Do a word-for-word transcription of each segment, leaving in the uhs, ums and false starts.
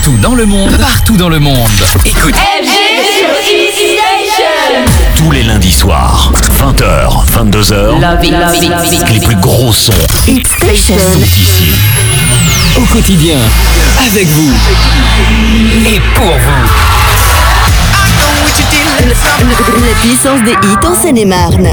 partout dans le monde, partout dans le monde. Écoute. F G sur Hit Station. Tous les lundis soirs, vingt heures, vingt-deux heures. Love it, love it, love it. Les plus gros sons Hit Station sont ici. Au quotidien, avec vous et pour vous. La puissance des hits en Seine-et-Marne.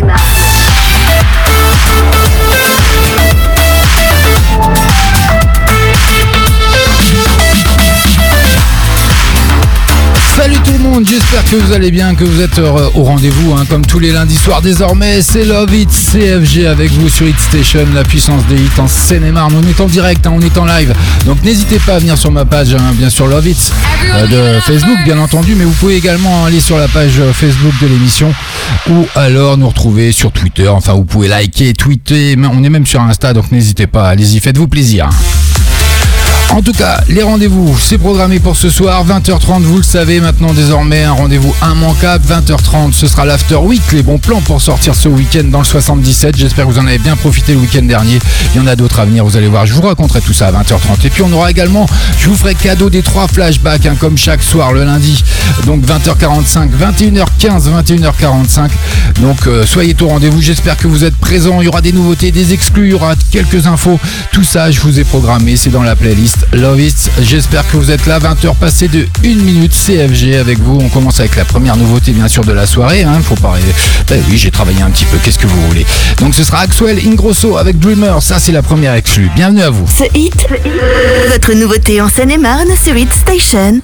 Salut tout le monde, j'espère que vous allez bien, que vous êtes euh, au rendez-vous, hein, comme tous les lundis soirs désormais. C'est Love It, C F G avec vous sur Hit Station, la puissance des hits en Seine-et-Marne. On est en direct, hein, on est en live, donc n'hésitez pas à venir sur ma page, hein, bien sûr Love It, euh, de Facebook bien entendu, mais vous pouvez également aller sur la page Facebook de l'émission ou alors nous retrouver sur Twitter. Enfin, vous pouvez liker, tweeter, on est même sur Insta, donc n'hésitez pas, allez-y, faites-vous plaisir. En tout cas, les rendez-vous, c'est programmé pour ce soir, vingt heures trente, vous le savez maintenant désormais, un rendez-vous immanquable, vingt heures trente, ce sera l'After Week, les bons plans pour sortir ce week-end dans le soixante-dix-sept, j'espère que vous en avez bien profité le week-end dernier, il y en a d'autres à venir, vous allez voir, je vous raconterai tout ça à vingt heures trente, et puis on aura également, je vous ferai cadeau des trois flashbacks, hein, comme chaque soir le lundi, donc vingt heures quarante-cinq, vingt et une heures quinze, vingt et une heures quarante-cinq, donc euh, soyez au rendez-vous, j'espère que vous êtes présents, il y aura des nouveautés, des exclus, il y aura quelques infos, tout ça je vous ai programmé, c'est dans la playlist Love It, j'espère que vous êtes là, vingt heures passées de une minute, C F G avec vous, on commence avec la première nouveauté bien sûr de la soirée, hein, faut pas rêver, ben oui j'ai travaillé un petit peu, qu'est-ce que vous voulez, donc ce sera Axwell Ingrosso avec Dreamer, ça c'est la première exclue, bienvenue à vous. Ce hit, votre nouveauté en Seine-et-Marne sur Hit Station.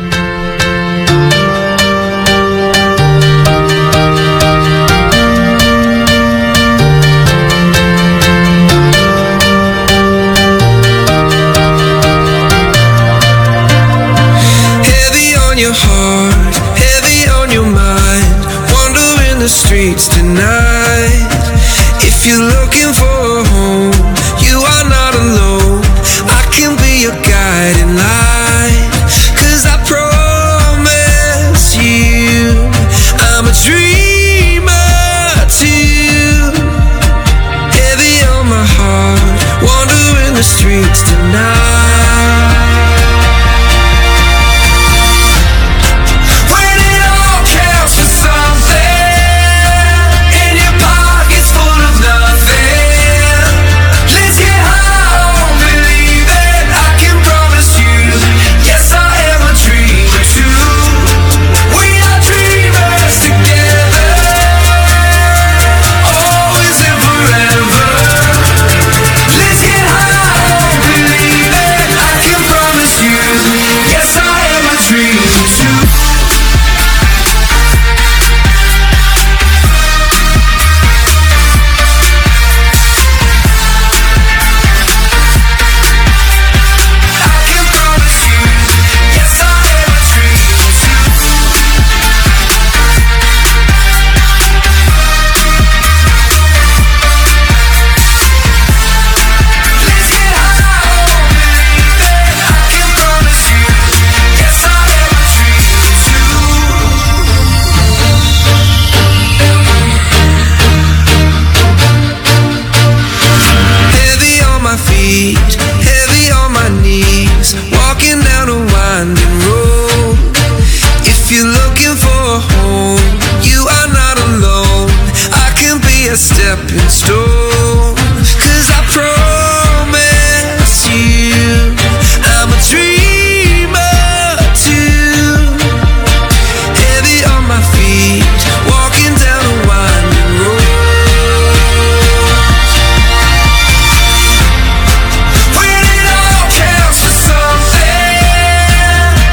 Your heart, heavy on your mind, wandering the streets tonight. If you're looking for a home, you are not alone. I can be your guiding light, 'cause I promise you I'm a dreamer too. Heavy on my heart, wandering the streets tonight. Heavy on my knees, walking down a winding road. If you're looking for a home, you are not alone. I can be a stepping stone, 'cause I promise you I'm a dreamer too. Heavy on my feet, walking down a winding road. When it all counts for something,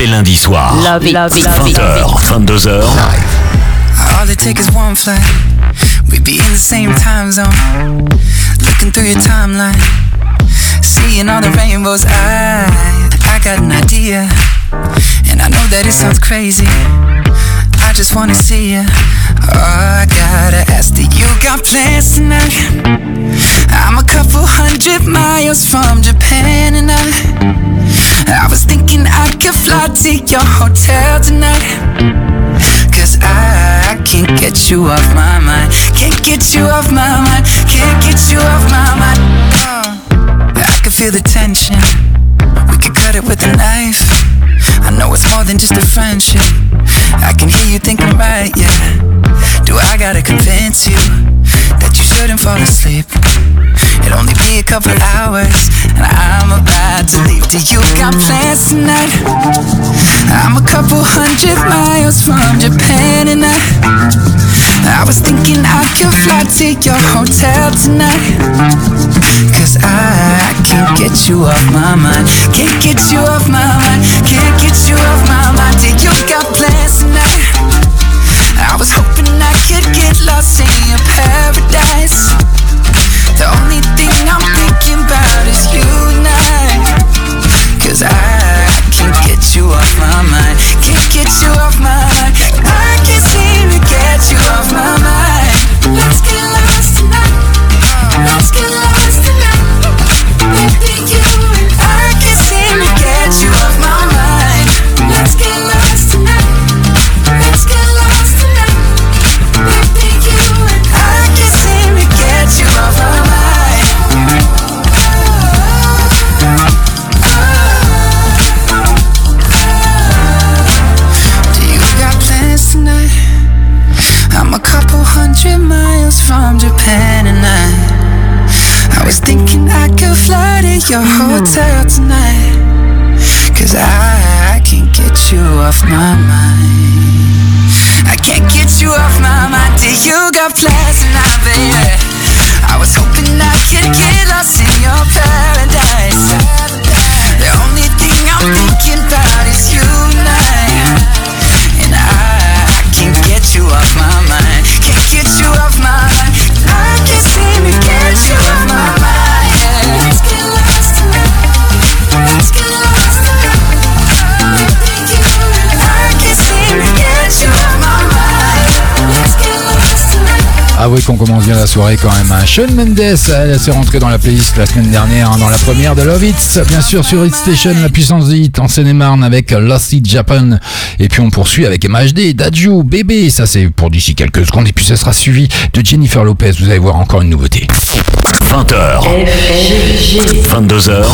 les lundis soirs. Love it, love it, love it. vingt heures, vingt-deux heures. All it takes is one flight. We'd be in the same time zone. Looking through your timeline, seeing all the rainbows. I, I got an idea, and I know that it sounds crazy. I just wanna see you. Oh, I gotta ask, do you got plans tonight? I'm a couple hundred miles from Japan, and I I was thinking I could fly to your hotel tonight. Cause I, I can't get you off my mind. Can't get you off my mind. Can't get you off my mind. Oh, I can feel the tension. We could cut it with a knife. I know it's more than just a friendship. I can hear you thinking right, yeah. Do I gotta convince you that you shouldn't fall asleep? It'll only be a couple hours, and I'm about to leave. Do you got plans tonight? I'm a couple hundred miles from Japan, and I I was thinking I could fly to your hotel tonight. Cause I can't get you off my mind. Can't get you off my mind. Can't get you off my mind. Do you got plans tonight? I was hoping I could get lost in your paradise. The only thing I'm thinking about is you and I. Cause I can't get you off my mind. Can't get you off my mind. I can't seem to get you off my mind. Let's get lost tonight. Let's get lost tonight. Baby, you and I can't seem to get you off my mind. Let's get lost tonight. Let's get lost tonight. Baby, you and I can't seem to get you off my mind. Do you got plans tonight? I'm a couple hundred miles from Japan, and I I was thinking I could fly to your hotel tonight. Cause I, I can't get you off my mind. I can't get you off my mind. Do you got plans tonight, baby? I was hoping I could get lost in your paradise. The only thing I'm thinking about is you and I. And I, I can't get you off my mind. Can't get you off my mind. I can't seem to get you off my mind. Let's get lost tonight. Let's get lost tonight. I can't seem to get you off my mind. Let's get lost tonight. Ah oui, qu'on commence bien la soirée quand même. Shawn Mendes, elle s'est rentrée dans la playlist la semaine dernière, hein, dans la première de Love It. Bien sûr, sur Hit Station, la puissance des hits en Seine-et-Marne avec Lost in Japan. Et puis on poursuit avec M H D, Dadju, Bébé. Ça, c'est pour d'ici quelques secondes. Et puis ça sera suivi de Jennifer Lopez. Vous allez voir encore une nouveauté. vingt heures, vingt-deux heures.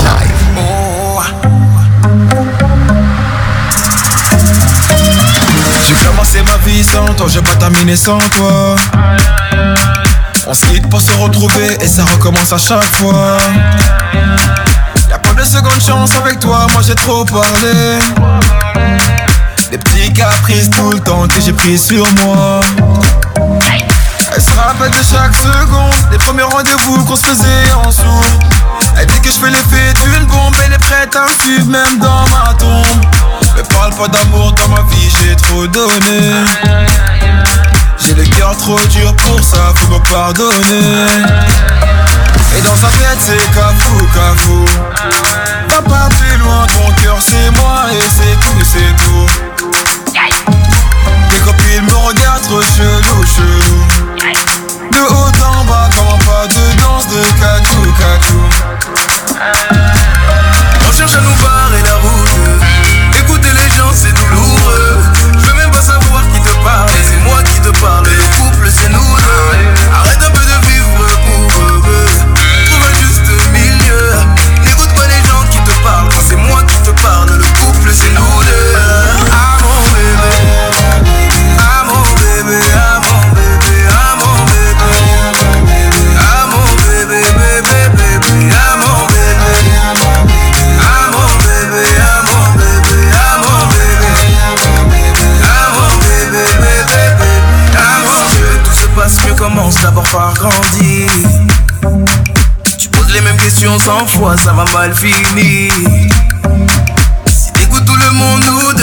J'ai commencé ma vie sans toi, j'ai pas terminé sans toi. On se quitte pour se retrouver et ça recommence à chaque fois. Y'a pas de seconde chance avec toi, moi j'ai trop parlé. Des petits caprices tout le temps que j'ai pris sur moi. Elle se rappelle de chaque seconde, des premiers rendez-vous qu'on se faisait en sourd. Elle dit que je fais l'effet d'une bombe, elle est prête à me suivre même dans ma tombe. Mais parle pas d'amour dans ma vie, j'ai trop donné. J'ai le cœur trop dur pour ça, faut me pardonner. Et dans sa tête c'est cafou, cafou. Va pas plus loin, ton cœur c'est moi et c'est tout, c'est tout. Mes copines me regardent trop chelou, chelou. De haut en bas, comment pas de danse de cachou, cachou. On cherche à nous barrer la route. Écouter les gens c'est douloureux. Je veux même pas savoir qui te parle. Et c'est moi qui te parle. Le couple c'est nous deux. Arrête un peu de vivre pour eux. Trouve un juste milieu. N'écoute pas les gens qui te parlent. Quand c'est moi qui te parle. Le couple c'est nous deux. Ah mon bébé. Ah mon bébé. Ah mon bébé. Ah mon bébé. Ah mon bébé, bébé, bébé. Ah mon bébé. Ah mon bébé. Ah mon bébé. Ah mon bébé. Ah mon bébé, bébé, bébé. Ah mon bébé. Tout se passe mieux, commence d'abord par grandir. Tu poses les mêmes questions cent fois, ça va mal finir. Si t'écoutes tout le monde, nous deux,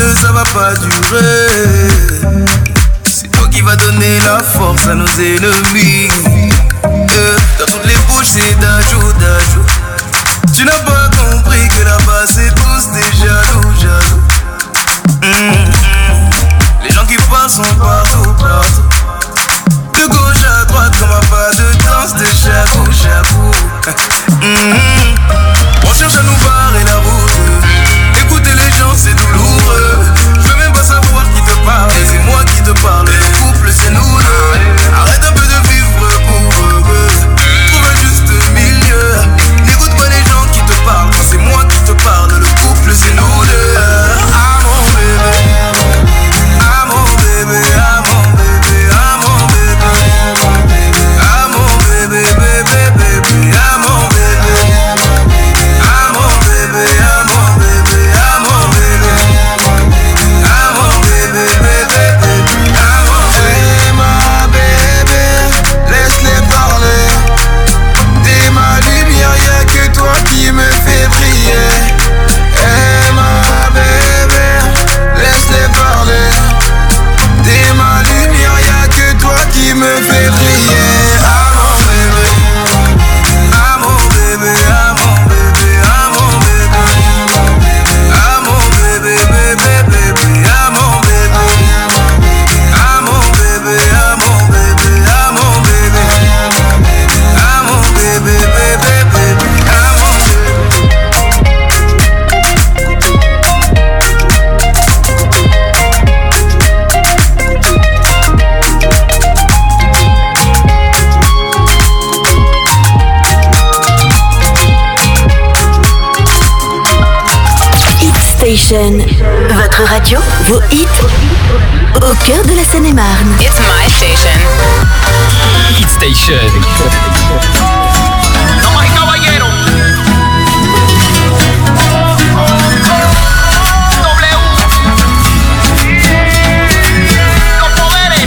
deux, ça va pas durer. C'est toi qui vas donner la force à nos ennemis. Euh, dans toutes les bouches, c'est d'ajou, d'ajou. Tu n'as pas compris que là-bas, c'est tous des jaloux, jaloux. Mmh. Les gens qui parlent sont partout, partout. De gauche à droite, comme un pas de danse de chabou, chabou. Mmh. On cherche à nous barrer la route. Écouter les gens, c'est douloureux. Je veux même pas savoir qui te parle. Et c'est moi qui te parle. Le couple, c'est nous deux. Arrête un peu de vivre pour eux. Trouve un juste milieu. N'écoute pas les gens qui te parlent. Quand c'est moi qui te parle, le couple, c'est nous deux. Ah mon bébé. Ah mon bébé. Ah mon bébé. Ah mon bébé. Ah mon bébé, bébé, bébé. Ah mon bébé. Ah mon bébé. Ah mon bébé. Ah mon bébé. Ah mon bébé, bébé, bébé. Ah mon bébé. Ma bébé, laisse-les parler. T'es ma lumière, y'a que toi qui me fait briller. Eh ma bébé, laisse-les parler. T'es ma lumière, y'a que toi qui me fait briller. Ah mon bébé. Ah mon bébé. Ah mon bébé. Ah mon bébé. Ah mon bébé, bébé, bébé. Ah mon bébé. Ah mon bébé. Ah mon bébé. Ah mon bébé. Ah mon bébé, bébé, bébé. Ah mon bébé. Hit Station, votre radio, vos hits, au cœur de la Seine-et-Marne. It's my station. Hit Station. Damas y caballeros. W. Los poderes.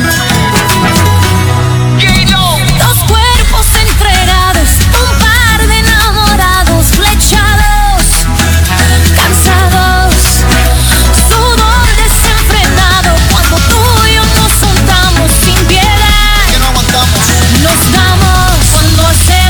J-Lo. Dos cuerpos entregados, un par de enamorados flechados, cansados, sudor desenfrenado. Cuando tú y yo nos soltamos sin piedad, Que no aguantamos. nos damos cuando hacemos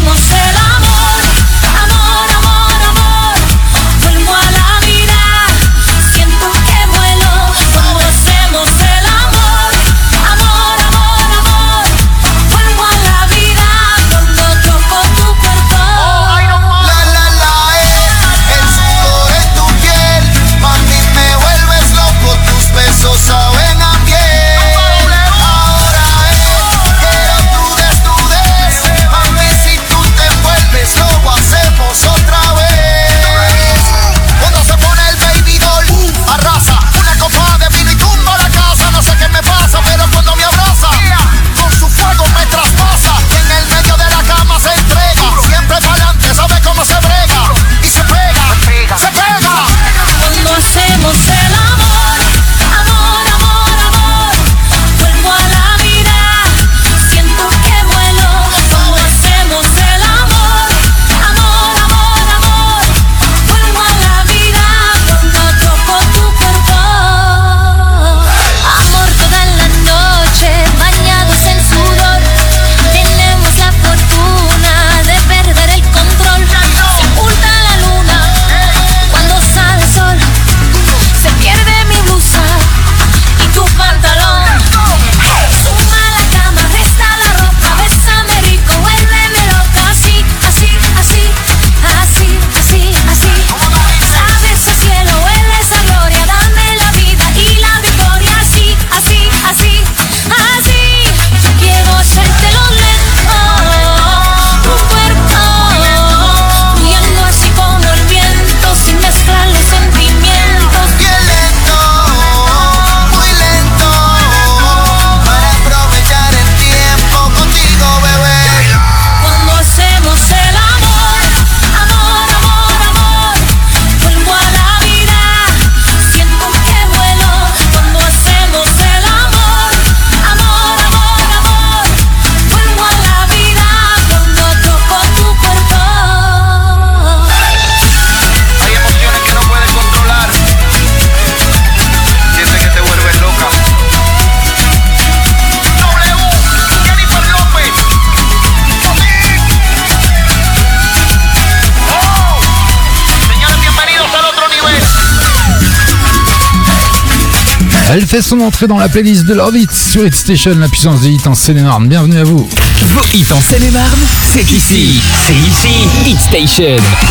Elle fait son entrée dans la playlist de Love It sur Hit Station, la puissance des hits en Seine-et-Marne. Bienvenue à vous. Vos hits en Seine-et-Marne, c'est ici. C'est ici. Hit Station.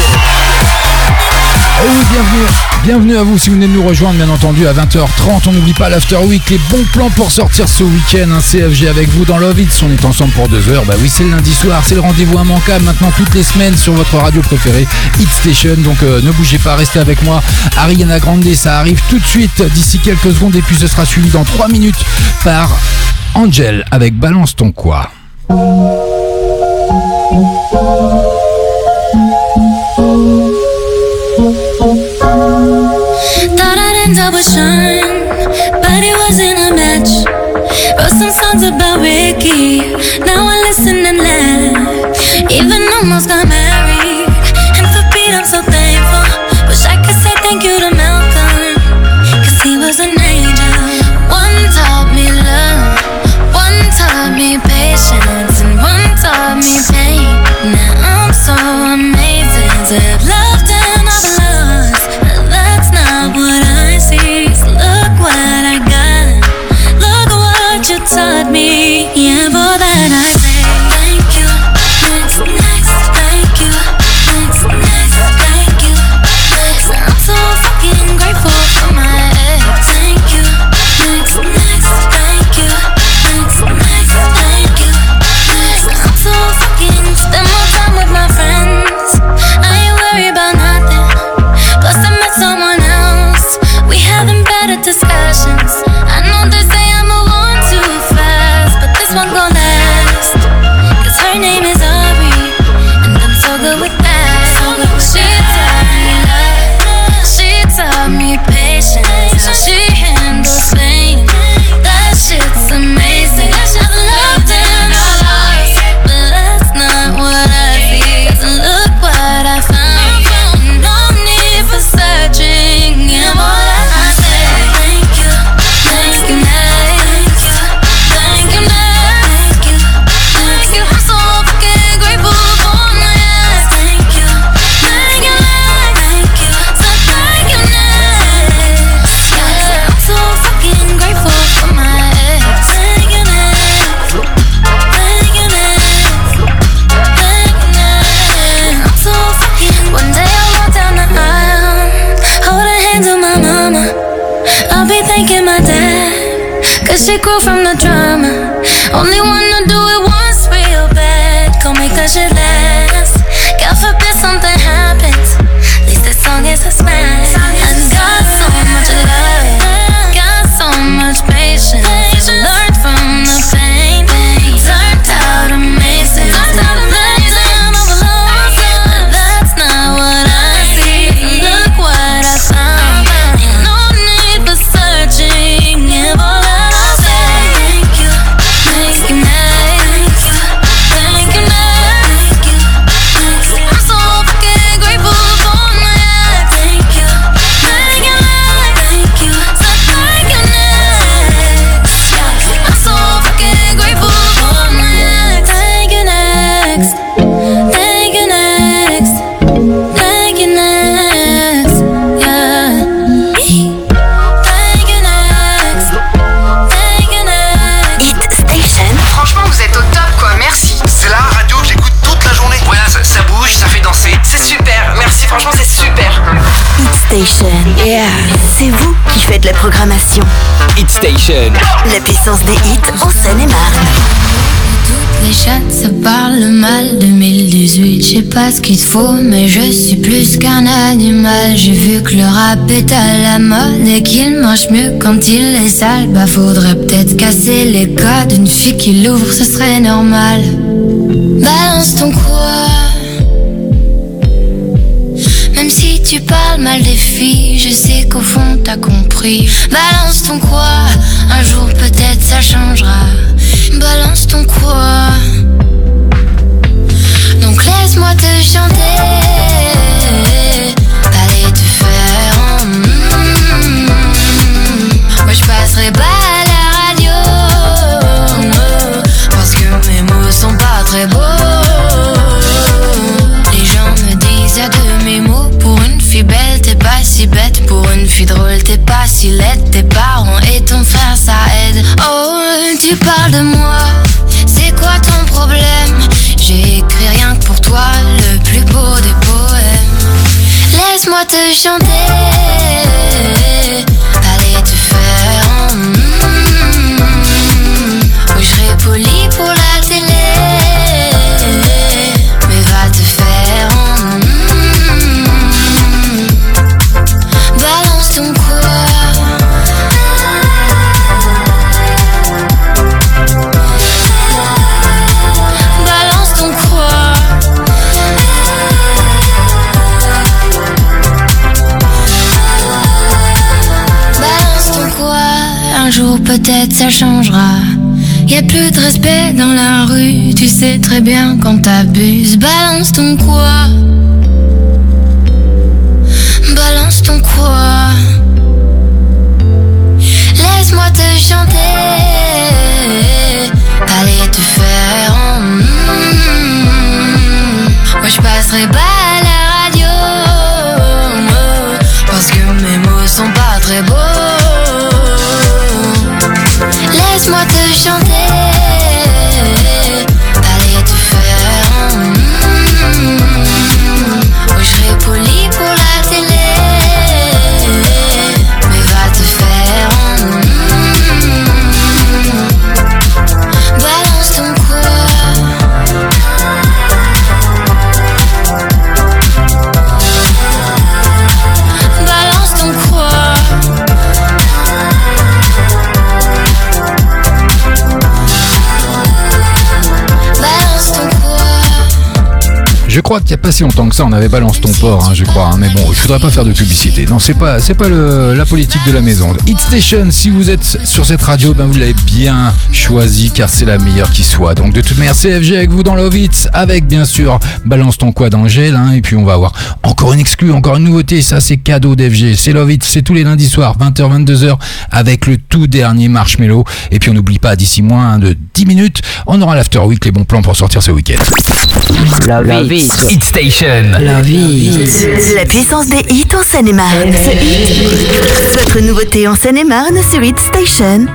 Oh oui, bienvenue, bienvenue à vous si vous venez de nous rejoindre, bien entendu, à vingt heures trente. On n'oublie pas l'After Week, les bons plans pour sortir ce week-end. Un C F G avec vous dans Love It. On est ensemble pour deux heures. Bah oui, c'est le lundi soir, c'est le rendez-vous immanquable maintenant toutes les semaines sur votre radio préférée, Hit Station. Donc euh, ne bougez pas, restez avec moi. Ariana Grande, ça arrive tout de suite d'ici quelques secondes et puis ce sera suivi dans trois minutes par Angel avec Balance ton quoi. Thought I'd end up with Sean, but it wasn't a match. Wrote some songs about Ricky, now I listen and laugh. Even almost got married, and for Pete I'm so thankful. Wish I could say thank you to Malcolm, cause he was an angel. One taught me love, one taught me patience, and one taught me pain. Now I'm so amazing to have loved and I've lost. That's not what I see. So look what I got. Look what you taught me. Yeah, for that I say thank you. Next, next, thank you. Next, next, thank you. Next, I'm so fucking grateful for my ex. Thank you. Next, next, thank you. Next, next, thank you. Next, I'm so fucking spend more time with my friends. I ain't worried about nothing. Plus I met someone else. We having better discussions. I know they say I move on too fast, but this one gon' last. Cause her name is Aubrey, and I'm so good with that. She taught me love, she taught me patience. How she handles pain, that shit's amazing. I've loved and I lost, but that's not what I see. Cause look what I found. No need for searching. Yeah, boy, I say thank you, thank you, thank you, thank you, thank you, thank you. I'm so fucking grateful for my ex. Thank you, thank you, thank you, so thank you, next. Yeah, I'm so fucking grateful for my ex. Thank you, next. Thank you, next. Thank you, next. I'm so fucking. One day I'll walk down the aisle, holding hands with my mama. I'll be thanking my dad, cause she grew from the drama. Only wanna do it once real bad, go make that shit last. God forbid something happens, at least this song is a smash. I got so much love, got so much patience. Learned from the pain, turned out amazing. Turned out amazing, I'm overlost, but that's not what I see. Look what I found, no need for searching. Yeah, all that I say, thank you, thank you, thank you, thank you, thank you, thank you. I'm so fucking grateful for my ex. Thank you, thank you, thank you, so thank you, next. Yeah, I'm so fucking grateful for my ex. Thank you, next. Thank you, next. Thank you, next. Yeah. Thank you, next. Thank you, next. Hit Station. Franchement, vous êtes au top, quoi, merci. C'est la radio que j'écoute toute la journée. Voilà, ça, ça bouge, ça fait danser. C'est super, merci, franchement, c'est super. Hit Station. Yeah. C'est vous qui faites la programmation. Hit Station. La puissance des hits en Seine-et-Marne. Les chats, ça parle mal. deux mille dix-huit, je sais pas ce qu'il te faut, mais je suis plus qu'un animal. J'ai vu que le rap est à la mode et qu'il marche mieux quand il est sale. Bah faudrait peut-être casser les codes. Une fille qui l'ouvre, ce serait normal. Balance ton quoi. Même si tu parles mal des filles, je sais qu'au fond t'as compris. Balance ton quoi. Un jour peut-être ça changera. Balance ton quoi. Donc laisse-moi te chanter. Allez te faire en mm, moi je passerai pas à la radio, parce que mes mots sont pas très beaux. Les gens me disent y'a de mes mots. Pour une fille belle t'es pas si bête, pour une fille drôle t'es pas si laide. Tes parents et ton tu parles de moi, c'est quoi ton problème? J'ai écrit rien que pour toi, le plus beau des poèmes. Laisse-moi te chanter, allez te faire en mm, oui, je serai poli pour la télé, mais va te faire en mm, balance ton quoi. Un jour peut-être ça changera. Y'a plus de respect dans la rue. Tu sais très bien quand t'abuses. Balance ton quoi. Balance ton quoi. Laisse-moi te chanter. Allez te faire en mm, moi je passerai pas à la radio, parce que mes mots sont pas très beaux. Laisse-moi te chanter, allez te faire en mm, oui, je serai poli pour la télé, mais va te faire en mm, balance ton balance ton quoi. Je crois qu'il n'y a pas si longtemps que ça, on avait Balance ton port, hein, je crois. Hein, mais bon, je voudrais pas faire de publicité. Non, c'est pas, c'est pas le, la politique de la maison. Hit Station, si vous êtes sur cette radio, ben vous l'avez bien choisi, car c'est la meilleure qui soit. Donc de toute manière, C F G avec vous dans Love Hits, avec bien sûr Balance ton quoi d'Angèle. Hein, et puis on va avoir encore une exclue, encore une nouveauté. Ça, c'est cadeau d'F G. C'est Love Hits, c'est tous les lundis soirs, vingt heures, vingt-deux heures, avec le tout dernier Marshmello. Et puis on n'oublie pas, d'ici moins de dix minutes, on aura l'After Week, les bons plans pour sortir ce week-end. Love, Love Hits. Hit Station. Love Hits. La puissance des hits en Seine-et-Marne. Votre nouveauté en Seine-et-Marne sur Hit Station.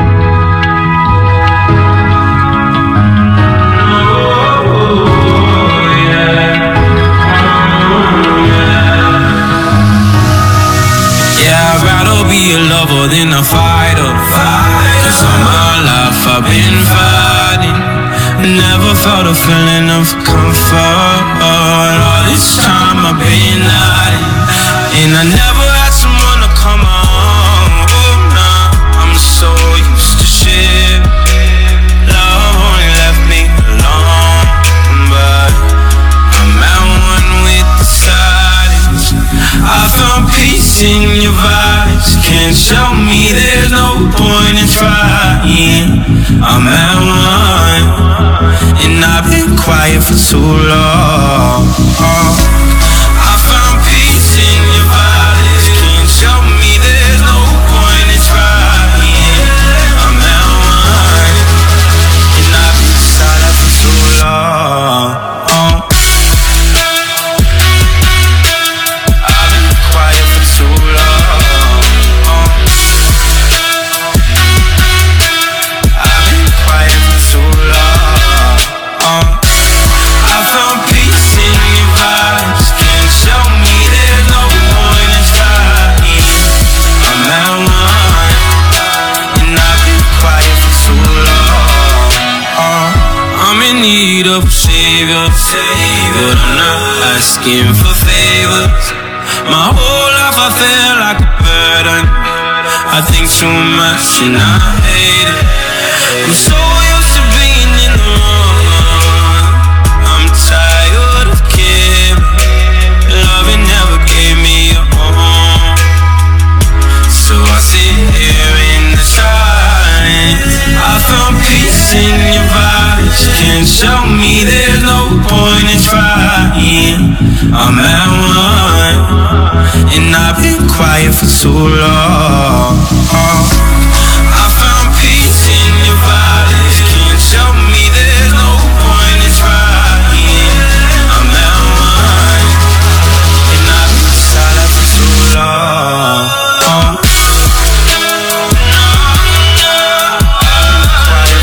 Yeah, I'd rather be a lover than a fighter. Cause all my life I've been fighting. Never felt a feeling of comfort. All this time I've been hiding, and I never had someone to come on. Oh, nah, I'm so used to shit. Love only left me alone, but I'm at one with the silence. I found peace in your vibes. Can't show me there's no point in trying. I'm at one, and I've been quiet for too long. Oh, I found peace in your body. Can't show me there's no point in trying. I'm at one, and I've been silent for too long. Oh, I've been quiet for too long. Oh, I've been quiet for too long. Oh, I found peace in your vibes. Can't show me there's no point in trying. I'm at one, and I've been quiet for too long. Oh, I'm in need of a savior, but I'm not asking for favors. My whole life I feel like a burden. I think too much and I hate it. I'm so used to being in the wrong. I'm tired of giving. Loving never gave me a home. So I sit here in the silence. I found peace in your vibes. Can't show me there's no point in trying. I'm at one, and I've been quiet for too long. Oh, I found peace in your bodies. Can't show me there's no point in trying. I'm at one, and I've been silent for too long. Oh, I've been quiet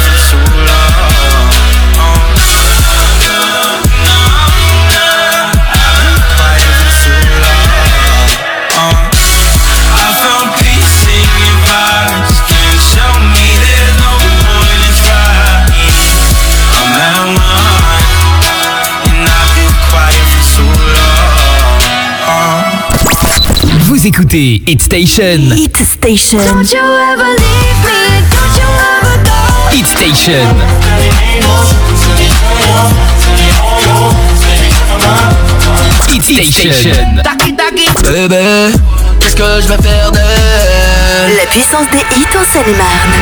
Vous écoutez Hit Station. Hit Station. Don't you ever leave me, don't you ever go. Hit Station. Hit Station. Taki taki. Bébé, qu'est-ce que je vais faire d'elle? La puissance des hits en Seine-et-Marne.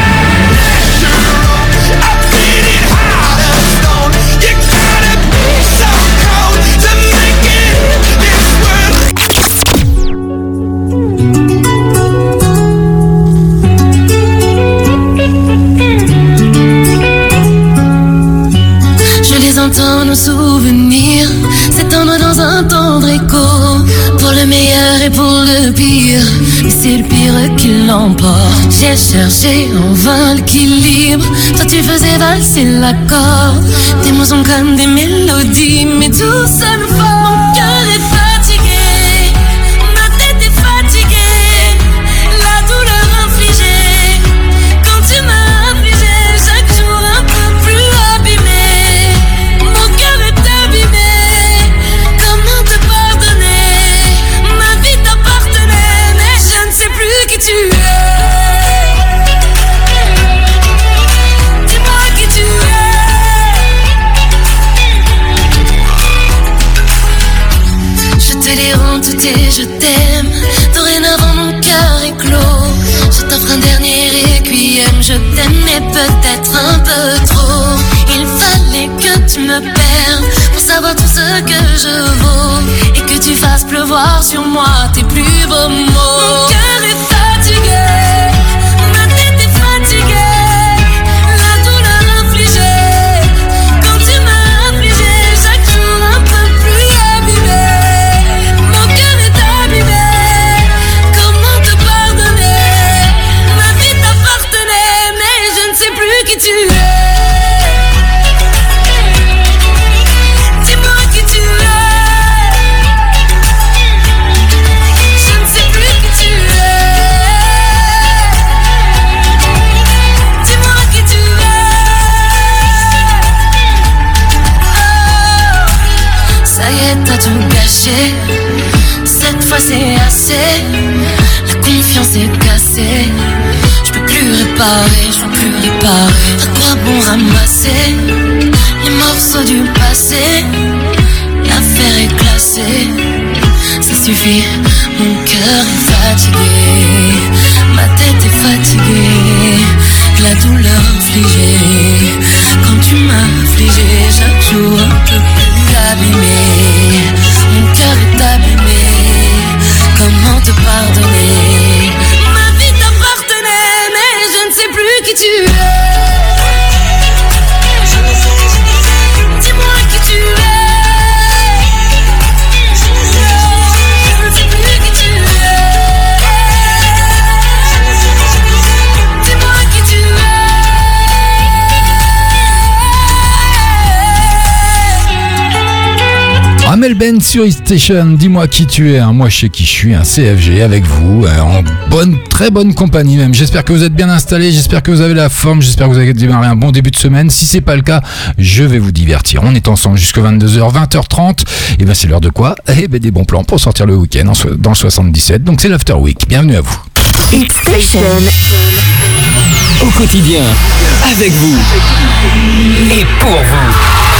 Nos souvenirs s'étendre dans un tendre écho, pour le meilleur et pour le pire, mais c'est le pire qui l'emporte. J'ai cherché en vain l'équilibre, toi tu faisais valser l'accord. Tes mots sont comme des mélodies, mais tout ça me fait. Mon cœur est fatigué, ma tête est fatiguée, la douleur infligée, quand tu m'as affligé, chaque jour un peu plus abîmé. Qui tu es? Dis-moi qui tu es. Je te les rends toutes et je t'aime. Dorénavant mon cœur est clos. Je t'offre un dernier requiem. Je t'aimais peut-être un peu trop. Il fallait que tu me perdes pour savoir tout ce que je vaux, et que tu fasses pleuvoir sur moi tes plus beaux mots. Mon cœur est fatigué, ma tête est fatiguée, la douleur infligée, quand tu m'as affligé, chaque jour un peu plus abîmé. Mon cœur est abîmé, comment te pardonner? Ma vie t'appartenait, mais je ne sais plus qui tu es. T'as tout gâché, cette fois c'est assez. La confiance est cassée, je peux plus réparer, je peux plus réparer. À quoi bon ramasser les morceaux du passé? L'affaire est classée, ça suffit. Mon cœur est fatigué, ma tête est fatiguée, la douleur infligée, quand tu m'as affligé, chaque jour un peu plus abîmé. Mon cœur est abîmé, comment te pardonner? Ma vie t'appartenait, mais je ne sais plus qui tu es. Dis-moi qui tu es. Je ne sais plus qui tu es. Dis-moi qui tu es. Amel Ben sur Hit Station, dis-moi qui tu es, hein. Moi je sais qui je suis, un C F G avec vous, euh, en bonne, très bonne compagnie même. J'espère que vous êtes bien installés, j'espère que vous avez la forme, j'espère que vous avez démarré un bon début de semaine. Si c'est pas le cas, je vais vous divertir. On est ensemble jusqu'à vingt-deux heures, vingt heures trente, et ben c'est l'heure de quoi? Eh ben des bons plans pour sortir le week-end en so- dans le soixante-dix-sept, donc c'est l'After Week. Bienvenue à vous. Hit Station. Au quotidien, avec vous et pour vous.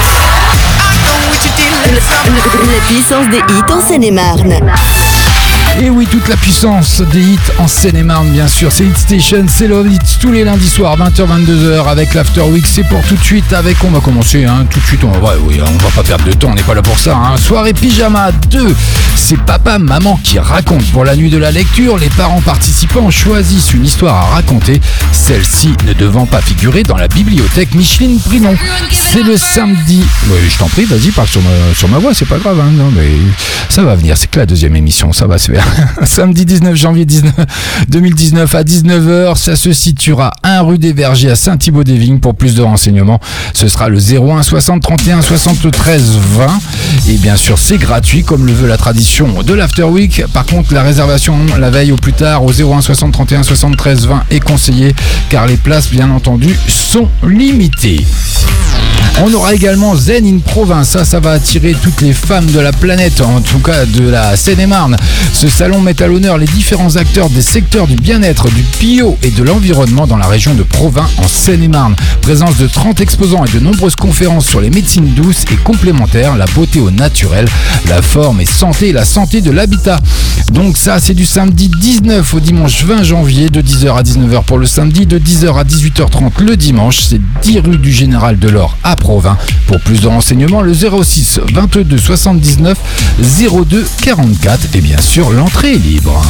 La puissance des hits en Seine-et-Marne. Et oui, toute la puissance des hits en Seine-et-Marne, bien sûr. C'est Hit Station, c'est Love Hits tous les lundis soirs, vingt heures, vingt-deux heures, avec l'After Week. C'est pour tout de suite avec, on va commencer, hein, tout de suite, on va, oui, on va pas perdre de temps, on n'est pas là pour ça, hein. Soirée pyjama deux, c'est papa, maman qui raconte. Pour la nuit de la lecture, les parents participants choisissent une histoire à raconter, celle-ci ne devant pas figurer dans la bibliothèque Micheline Brinon. C'est le samedi, oui, je t'en prie, vas-y, parle sur ma, sur ma voix, c'est pas grave, hein, non, mais ça va venir, c'est que la deuxième émission, ça va se faire. Samedi dix-neuf janvier deux mille dix-neuf à dix-neuf heures, ça se situera un rue des Vergers à Saint-Thibaud-des-Vignes. Pour plus de renseignements, ce sera le zéro un soixante trente et un soixante-treize vingt. Et bien sûr, c'est gratuit comme le veut la tradition de l'After Week. Par contre, la réservation la veille au plus tard au zéro un soixante trente et un soixante-treize vingt est conseillée car les places, bien entendu, sont limitées. On aura également Zen in Province, ça, ça va attirer toutes les femmes de la planète, en tout cas de la Seine-et-Marne. Ce salon met à l'honneur les différents acteurs des secteurs du bien-être, du bio et de l'environnement dans la région de Provins en Seine-et-Marne. Présence de trente exposants et de nombreuses conférences sur les médecines douces et complémentaires, la beauté au naturel, la forme et santé et la santé de l'habitat. Donc ça, c'est du samedi dix-neuf au dimanche vingt janvier, de dix heures à dix-neuf heures pour le samedi, de dix heures à dix-huit heures trente le dimanche. C'est dix rue du Général Delors à Provins. Pour plus de renseignements, le zéro six vingt-deux soixante-dix-neuf zéro deux quarante-quatre et bien sûr, l'entrée est libre.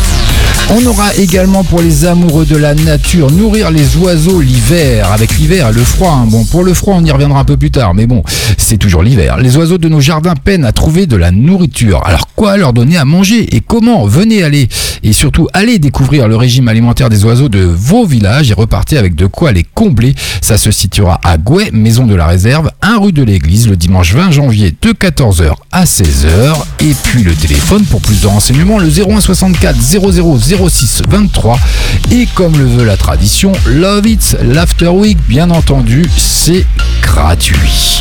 On aura également pour les amoureux de la nature, nourrir les oiseaux l'hiver. Avec l'hiver et le froid, hein. Bon, pour le froid, on y reviendra un peu plus tard, mais bon, c'est toujours l'hiver. Les oiseaux de nos jardins peinent à trouver de la nourriture. Alors quoi leur donner à manger et comment? Venez aller et surtout allez découvrir le régime alimentaire des oiseaux de vos villages et repartez avec de quoi les combler. Ça se situera à Gouet, maison de la réserve, un rue de l'église, le dimanche vingt janvier de quatorze heures à seize heures. Et puis le téléphone pour plus de renseignements, le zéro un soixante-quatre zéro zéro zéro six vingt-trois. Et comme le veut la tradition, Love It, l'After Week, bien entendu, c'est gratuit.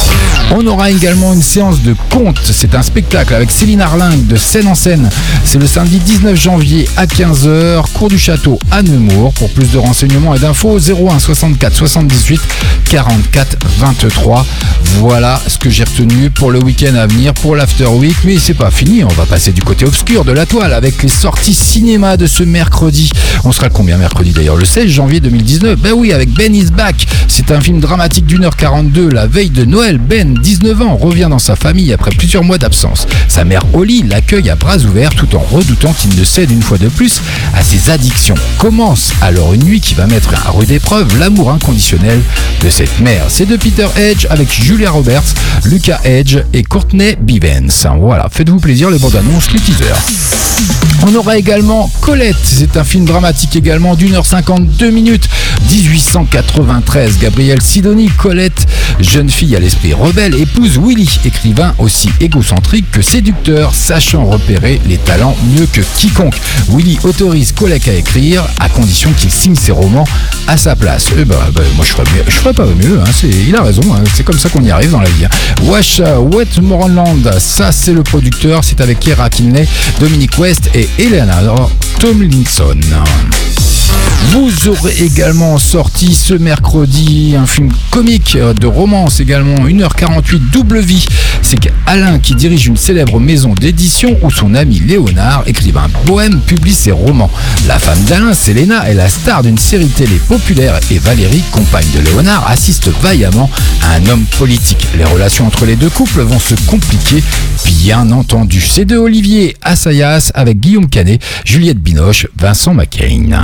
On aura également une séance de contes. C'est un spectacle avec Céline Arlingue de Scène en Scène. C'est le samedi dix-neuf janvier à quinze heures, cours du château à Nemours. Pour plus de renseignements et d'infos, zéro un soixante-quatre soixante-dix-huit quarante-quatre vingt-trois. Voilà ce que j'ai retenu pour le week-end à venir, pour l'After Week. Mais c'est pas fini, on va passer du côté obscur de la toile avec les sorties cinéma de ce mercredi. On sera combien mercredi d'ailleurs? Le seize janvier deux mille dix-neuf. Ben oui, avec Ben is Back. C'est un film dramatique d'une heure quarante-deux. La veille de Noël, Ben, dix-neuf ans, revient dans sa famille après plusieurs mois d'absence. Sa mère Holly l'accueille à bras ouverts tout en redoutant qu'il ne cède une fois de plus à ses addictions. Commence alors une nuit qui va mettre à rude épreuve l'amour inconditionnel de cette mère. C'est de Peter Edge avec Julia Roberts, Lucas Edge et Courtney Bivens. Voilà, faites-vous plaisir, les bandes annonces, les teasers. On aura également Colette, c'est un film dramatique également d'une heure cinquante-deux minutes, dix-huit cent quatre-vingt-treize. Gabrielle Sidoni, Colette, jeune fille à l'esprit rebelle, épouse Willy, écrivain aussi égocentrique que séducteur, sachant repérer les talents mieux que quiconque. Willy autorise Colette à écrire à condition qu'il signe ses romans à sa place. Eh ben, ben moi je ferais, mieux, je ferais pas mieux, hein, c'est, il a raison, hein, c'est comme ça qu'on y arrive dans la vie. Hein. Wash Westmoreland, ça c'est le producteur, c'est avec Keira Knightley, Dominic West et Elena Tomlinson. Vous aurez également sorti ce mercredi un film comique de romance également, une heure quarante-huit, double vie. C'est Alain qui dirige une célèbre maison d'édition où son ami Léonard, écrivain bohème, publie ses romans. La femme d'Alain, Selena, est la star d'une série télé populaire et Valérie, compagne de Léonard, assiste vaillamment à un homme politique. Les relations entre les deux couples vont se compliquer, bien entendu. C'est de Olivier Assayas avec Guillaume Canet, Juliette Binoche, Vincent McCain.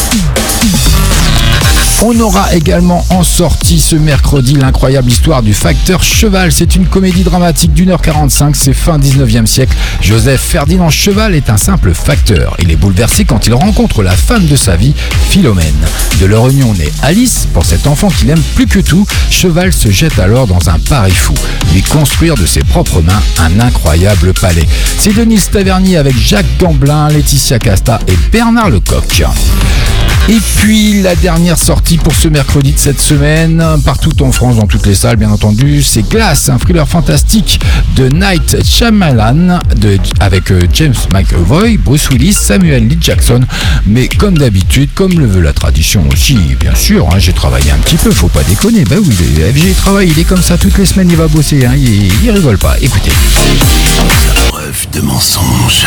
On aura également en sortie ce mercredi l'incroyable histoire du facteur Cheval. C'est une comédie dramatique d'une heure quarante-cinq, c'est fin dix-neuvième siècle. Joseph Ferdinand Cheval est un simple facteur. Il est bouleversé quand il rencontre la femme de sa vie, Philomène. De leur union naît Alice. Pour cet enfant qu'il aime plus que tout, Cheval se jette alors dans un pari fou, lui construire de ses propres mains un incroyable palais. C'est Denise Tavernier avec Jacques Gamblin, Laetitia Casta et Bernard Lecoq. Et puis la dernière sortie pour ce mercredi de cette semaine, partout en France, dans toutes les salles bien entendu, c'est Glass, un thriller fantastique de Night Shyamalan de, avec James McAvoy, Bruce Willis, Samuel L. Jackson. Mais comme d'habitude, comme le veut la tradition aussi, bien sûr, hein, j'ai travaillé un petit peu, faut pas déconner. Bah oui, le F G travaille, il est comme ça toutes les semaines, il va bosser, hein, il, il rigole pas. Écoutez. Preuve de mensonge.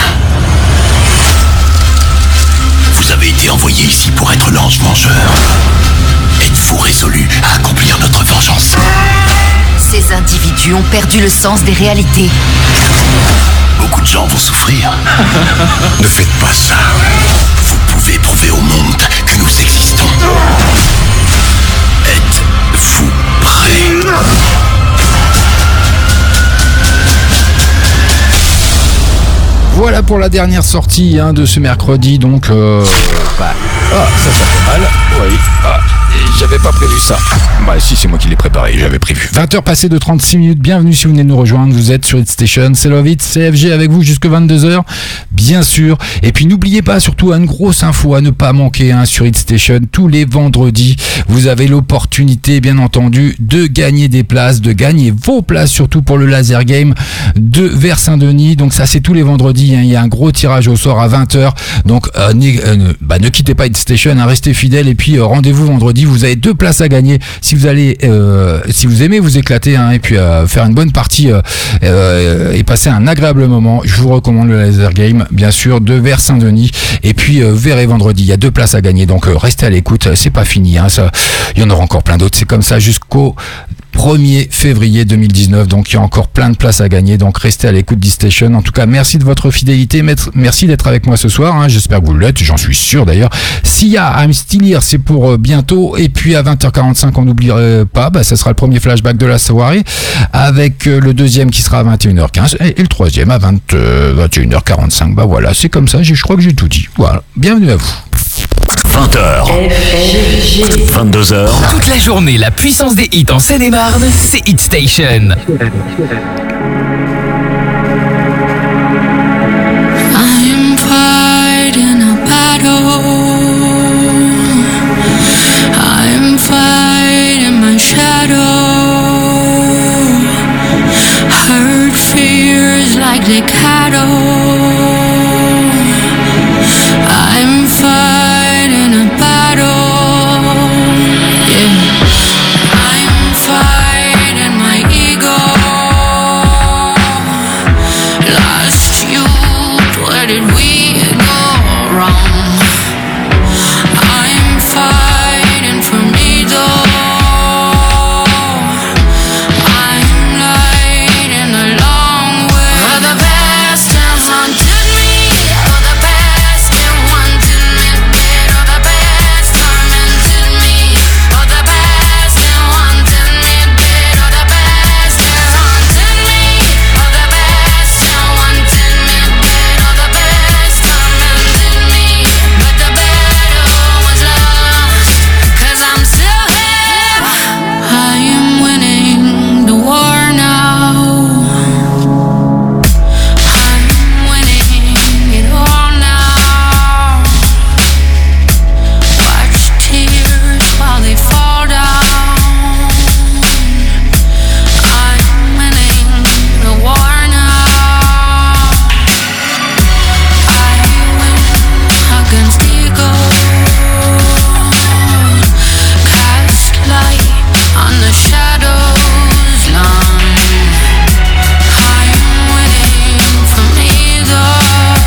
Vous avez été envoyé ici pour être l'ange vengeur. Êtes-vous résolu à accomplir notre vengeance? Ces individus ont perdu le sens des réalités. Beaucoup de gens vont souffrir. Ne faites pas ça. Vous pouvez prouver au monde que nous existons. Êtes-vous prêts? Voilà pour la dernière sortie hein, de ce mercredi, donc euh, bah, ah, ça, ça fait mal. Oui, ah, j'avais pas prévu ça. Bah si, c'est moi qui l'ai préparé, j'avais prévu. vingt heures passées de trente-six minutes, bienvenue si vous venez de nous rejoindre, vous êtes sur Hit Station, c'est Love It, C F G avec vous jusque vingt-deux heures. Bisous. bien sûr. Et puis n'oubliez pas surtout une grosse info à ne pas manquer hein, sur Hit Station. Tous les vendredis, vous avez l'opportunité, bien entendu, de gagner des places, de gagner vos places, surtout pour le laser game de vers Saint-Denis. Donc ça, c'est tous les vendredis. Hein. Il y a un gros tirage au sort à vingt heures. Donc euh, euh, bah, ne quittez pas Hit Station, hein, restez fidèles. Et puis euh, rendez-vous vendredi. Vous avez deux places à gagner si vous allez, euh, si vous aimez vous éclater hein, et puis euh, faire une bonne partie euh, euh, et passer un agréable moment. Je vous recommande le laser game, bien sûr, de vers Saint-Denis. Et puis euh, vers et vendredi, il y a deux places à gagner. Donc euh, restez à l'écoute. C'est pas fini. Hein, ça, il y en aura encore plein d'autres. C'est comme ça jusqu'au premier février deux mille dix-neuf, donc il y a encore plein de places à gagner, donc restez à l'écoute d'E-Station. En tout cas, merci de votre fidélité, merci d'être avec moi ce soir, hein. J'espère que vous l'êtes, j'en suis sûr d'ailleurs. S'il y a I'm Still Here, c'est pour euh, bientôt, et puis à vingt heures quarante-cinq, on n'oublierait pas, bah, ça sera le premier flashback de la soirée, avec euh, le deuxième qui sera à vingt et une heures quinze, et, et le troisième à vingt, euh, vingt et une heures quarante-cinq, bah voilà, c'est comme ça, je crois que j'ai tout dit. Voilà, bienvenue à vous. vingt heures, vingt-deux heures. Toute la journée, la puissance des hits en Seine-et-Marne, c'est Hit Station. I'm fighting a battle. I'm fighting my shadow. Hurt fears like the cattle. I'm fighting a battle, yeah. I'm fighting my ego. Lost youth, where did we go wrong? I'm fighting for me though. I'm lighting a long way. For the best and haunted me, for the best and wanted me, for the best tormented me, for the best and wanted me, for the best and haunted me, for the best and wanted me, for the best tormented me, but the battle was lost, 'cause I'm still here. I am winning the war now. I'm winning it all now. Watch tears while they fall down. I'm winning the war now. I win against ego. Cast light on the shadows long. I'm winning from either.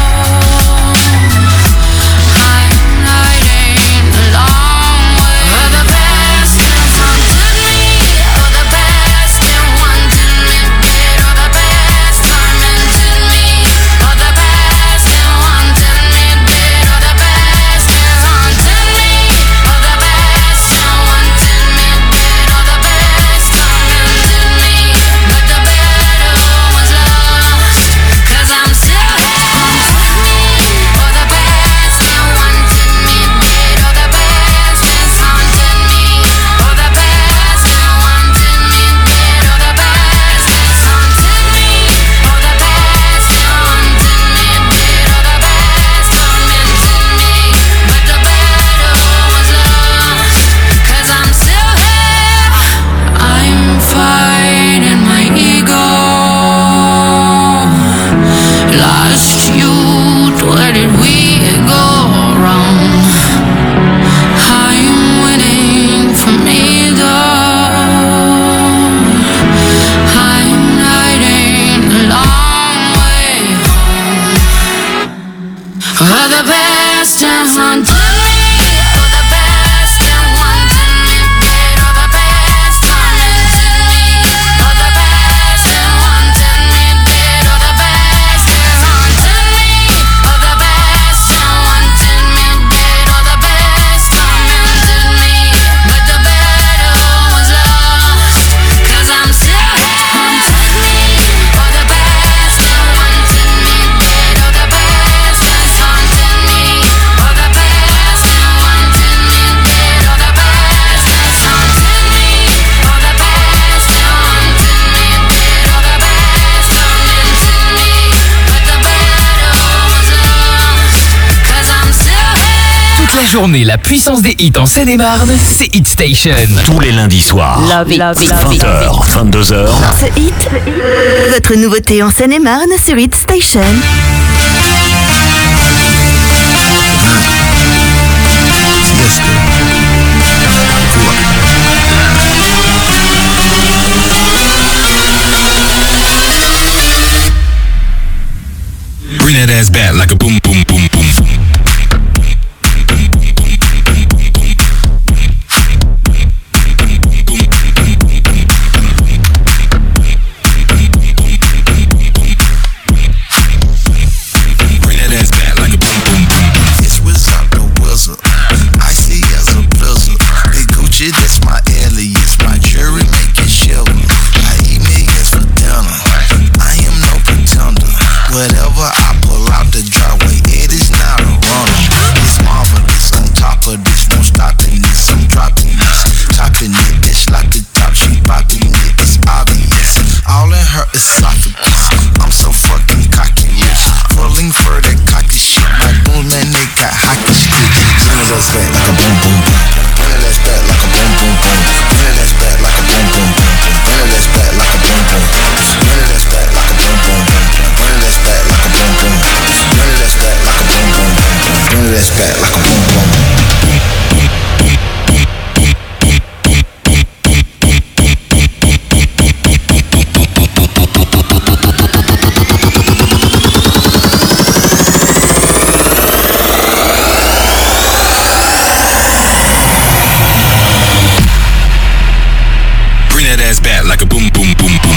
I'm lighting the long way. For the best and haunted me, for the best and wanted me, for the best tormented me, for the best and wanted me, for the best and haunted me, for the best and wanted me, for the best tormented me, but the battle was lost, 'cause I'm still here. For the best and wanted me, for the best and haunted me, for the best and wanted me, for the best and haunted me, for the best and wanted me, for the best tormented me, but the battle was lost, 'cause I'm still here. I'm fighting my ego. Lost youth, where did we go wrong? I'm winning from either. I'm lighting the long way home. For the best and haunted me, for the best and wanted me, for the best tormented me, for the best and wanted me, for the best and haunted me, for the best and wanted me, for the best tormented me, but the battle was lost, 'cause I'm still here. For the best and wanted me, for the best and haunted me, for the best journée, la puissance des hits en Seine-et-Marne, c'est Hit Station. Tous les lundis soirs. Love it, love it, vingt heures, vingt-deux heures. The Hit, votre nouveauté en Seine-et-Marne sur Hit Station. Bring that ass back like a boom, boom, boom, boom, boom. Whatever I pull out the driveway, it is not a runner. It's marvelous. On top of this, no stopping this. I'm dropping this, topping it. It's like the top, she popping it. It's obvious. All in her esophagus. I'm so fucking cocky, rich. Pulling for that cocky shit. My boom man, they got hockey stick. Bring it ass back like a boom boom boom. Bring it ass back like a boom boom boom. Bring it ass back like a boom boom boom. Bring it ass back like a boom boom. Bring it ass back like a boom boom boom. Bring it ass back like a boom boom. Bring it ass back like a boom boom. Bring it ass back like a boom boom. Bring that ass back like a boom, boom, boom, boom.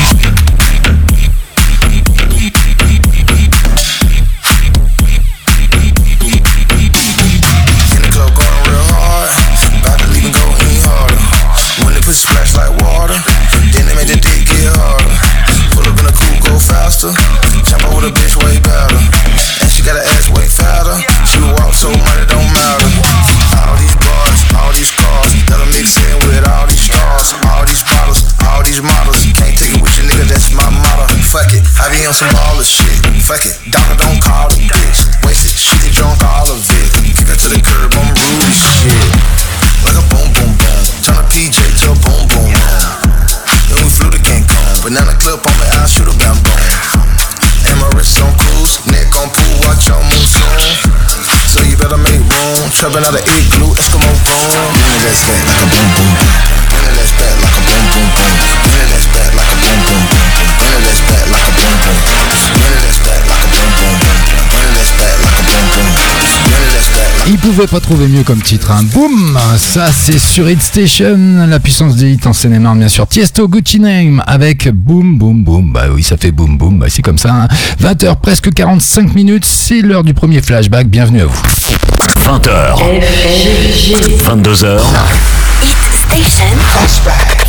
Splash like water, then they make the dick get harder. Pull up in a coupe, go faster. Jump over the bitch way better. And she got her ass way fatter. She walk so money don't matter. All these bars, all these cars, that'll mix in with all these stars. All these bottles, all these models. Can't take it with your nigga, that's my motto. Fuck it, I be on some baller shit. Fuck it, doctor don't call the bitch. Waste it, she get drunk all of it. Kick her to the curb, I'm rude as shit. Like a boom boom boom. Turn a P J to a boom boom boom. Then we flew to Cancun. Banana clip on me, I'll shoot a bam boom. And my wrist on cruise, neck on pool, watch your moon soon. So you better make room. Trapping out of igloo, Eskimo boom. Bring it ass back like a boom boom boom. Bring it ass back like a boom boom boom. Bring it ass back like a boom boom boom. Bring it ass back like a boom boom. Bring it ass back like a boom boom boom. Bring it ass back like a boom boom. Bring it ass back. Il pouvait pas trouver mieux comme titre, hein. Boum, ça c'est sur Hit Station, la puissance des hits en Seine-et-Marne bien sûr. Tiesto, Gucci Name avec Boum Boum Boum. Bah oui, ça fait Boum Boum, bah c'est comme ça, hein. vingt heures, presque quarante-cinq minutes, c'est l'heure du premier flashback, bienvenue à vous. vingt heures, vingt-deux heures. Hit Station. Flashback.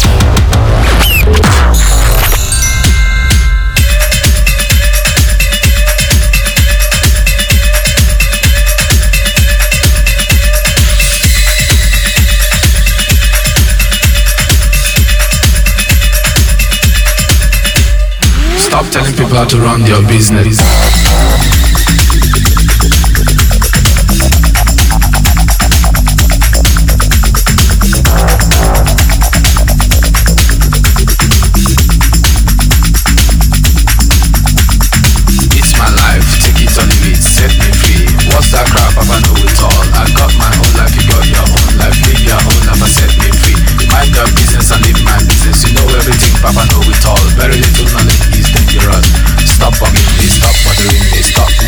Stop telling people how to run their business. It's my life, take it or leave it, set me free. What's that crap? I know it all. I got my own life, you got your own life. Live your own life, set me free. Mind your business and live my business. You know everything, Papa know it all. Very little knowledge is dangerous. Stop bugging me, stop bothering me, stop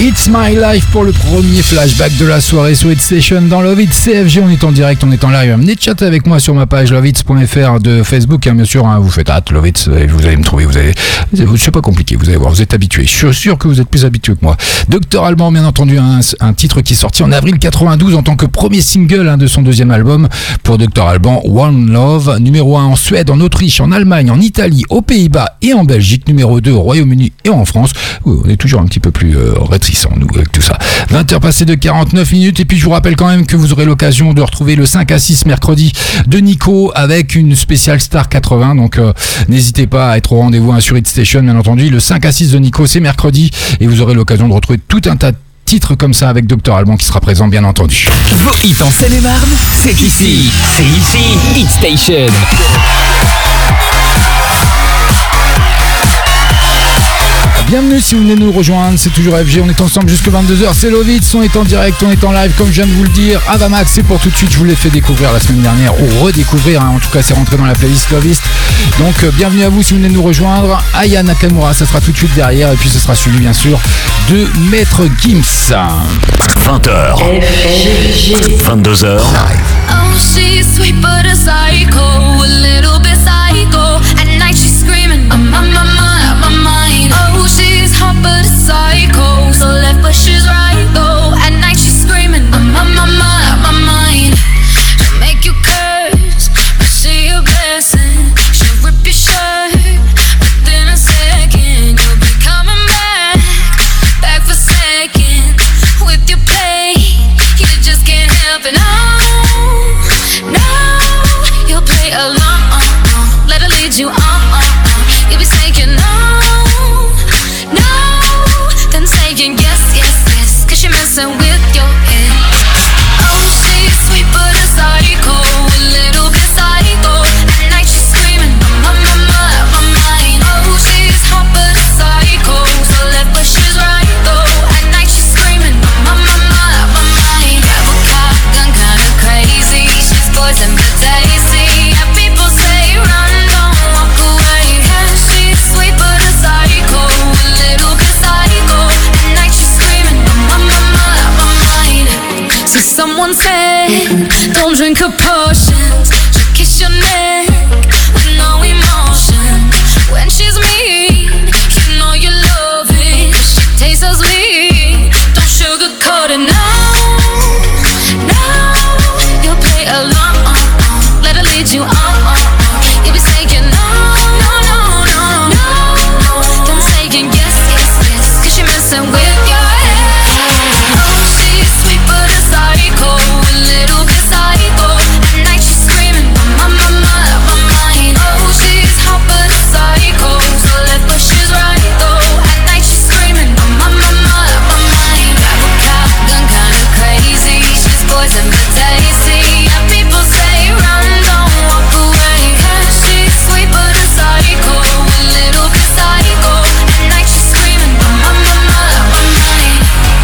It's My Life pour le premier flashback de la soirée sur Hit Station dans Love It C F G. On est en direct, on est en live. Venez chatter avec moi sur ma page love hits point f r de Facebook, hein, bien sûr. Hein, vous faites hâte, Love It, vous allez me trouver. Vous allez, c'est pas compliqué, vous allez voir, vous êtes habitués. Je suis sûr que vous êtes plus habitués que moi. Docteur Alban, bien entendu, un, un titre qui est sorti en avril quatre-vingt-douze en tant que premier single hein, de son deuxième album pour Docteur Alban, One Love. Numéro un en Suède, en Autriche, en Allemagne, en Italie, aux Pays-Bas et en Belgique. Numéro deux au Royaume-Uni et en France. On est toujours un petit peu plus euh, réticents, nous, avec tout ça. vingt heures passées de quarante-neuf minutes. Et puis, je vous rappelle quand même que vous aurez l'occasion de retrouver le cinq à six mercredi de Nico avec une spéciale Star quatre-vingts. Donc, euh, n'hésitez pas à être au rendez-vous hein, sur Hit Station, bien entendu. Le cinq à six de Nico, c'est mercredi. Et vous aurez l'occasion de retrouver tout un tas de titres comme ça avec Docteur Alban qui sera présent, bien entendu. Vos hits en Seine-et-Marne, c'est ici. C'est ici. Hit Station. Bienvenue si vous venez nous rejoindre, c'est toujours F G, on est ensemble jusqu'à vingt-deux heures, c'est Love It, on est en direct, on est en live comme je viens de vous le dire. Avamax, c'est pour tout de suite, je vous l'ai fait découvrir la semaine dernière, ou redécouvrir, hein. En tout cas c'est rentré dans la playlist Love It. Donc euh, bienvenue à vous si vous venez nous rejoindre. Aya Nakamura, ça sera tout de suite derrière, et puis ce sera suivi bien sûr de Maître Gims. vingt heures, vingt-deux heures. Oh, she's sweet but a psycho, a little bit psycho. At night she's screaming, I'm on my mind, on my mind. Oh, she's hot but a psycho, so left but she's right though. At night she's screaming, I'm on my mind, on my mind. She'll make you curse, but she a blessing. She'll rip your shirt, within a second you'll be coming back, back for seconds. With your play, you just can't help it. No, no, you'll play along. Let her lead you on. You'll be saying no, no, then saying yes, yes, yes, cause you're messing with your head. Oh, she's sweet but a psycho, a little bit psycho. At night she's screaming, my, my, my, my mind. Oh, she's hot but a psycho, so left but she's right though. At night she's screaming, my, my, my, my mind. Grab a cop, gun kinda crazy, she's poison but tasty. And people say run, don't walk away. Yeah, she's sweet but a psycho, a little bit psycho. At night she's screaming, my, my, my, my mind. So someone said, don't drink her potions. She'll kiss your neck with no emotion. When she's mean, you know you love it. She tastes so sweet, don't sugarcoat it. No, no, you'll play along. Let her lead you on. You'll be saying no, no, no, no, no. Then saying yes, yes, yes, cause you're messing with your head. Oh, she's sweet but a psycho, a little bit psycho. At night she's screaming, my, my, my, my mind. Oh, she's hot but a psycho, so left but she's right though. At night she's screaming, my, my, my, my mind. Grab a cop, gun kinda crazy, she's poison but tasty. And people say run, don't walk away. Yeah, she's sweet but a psycho, a little bit psycho. At night she's screaming, my, my, my, my mind.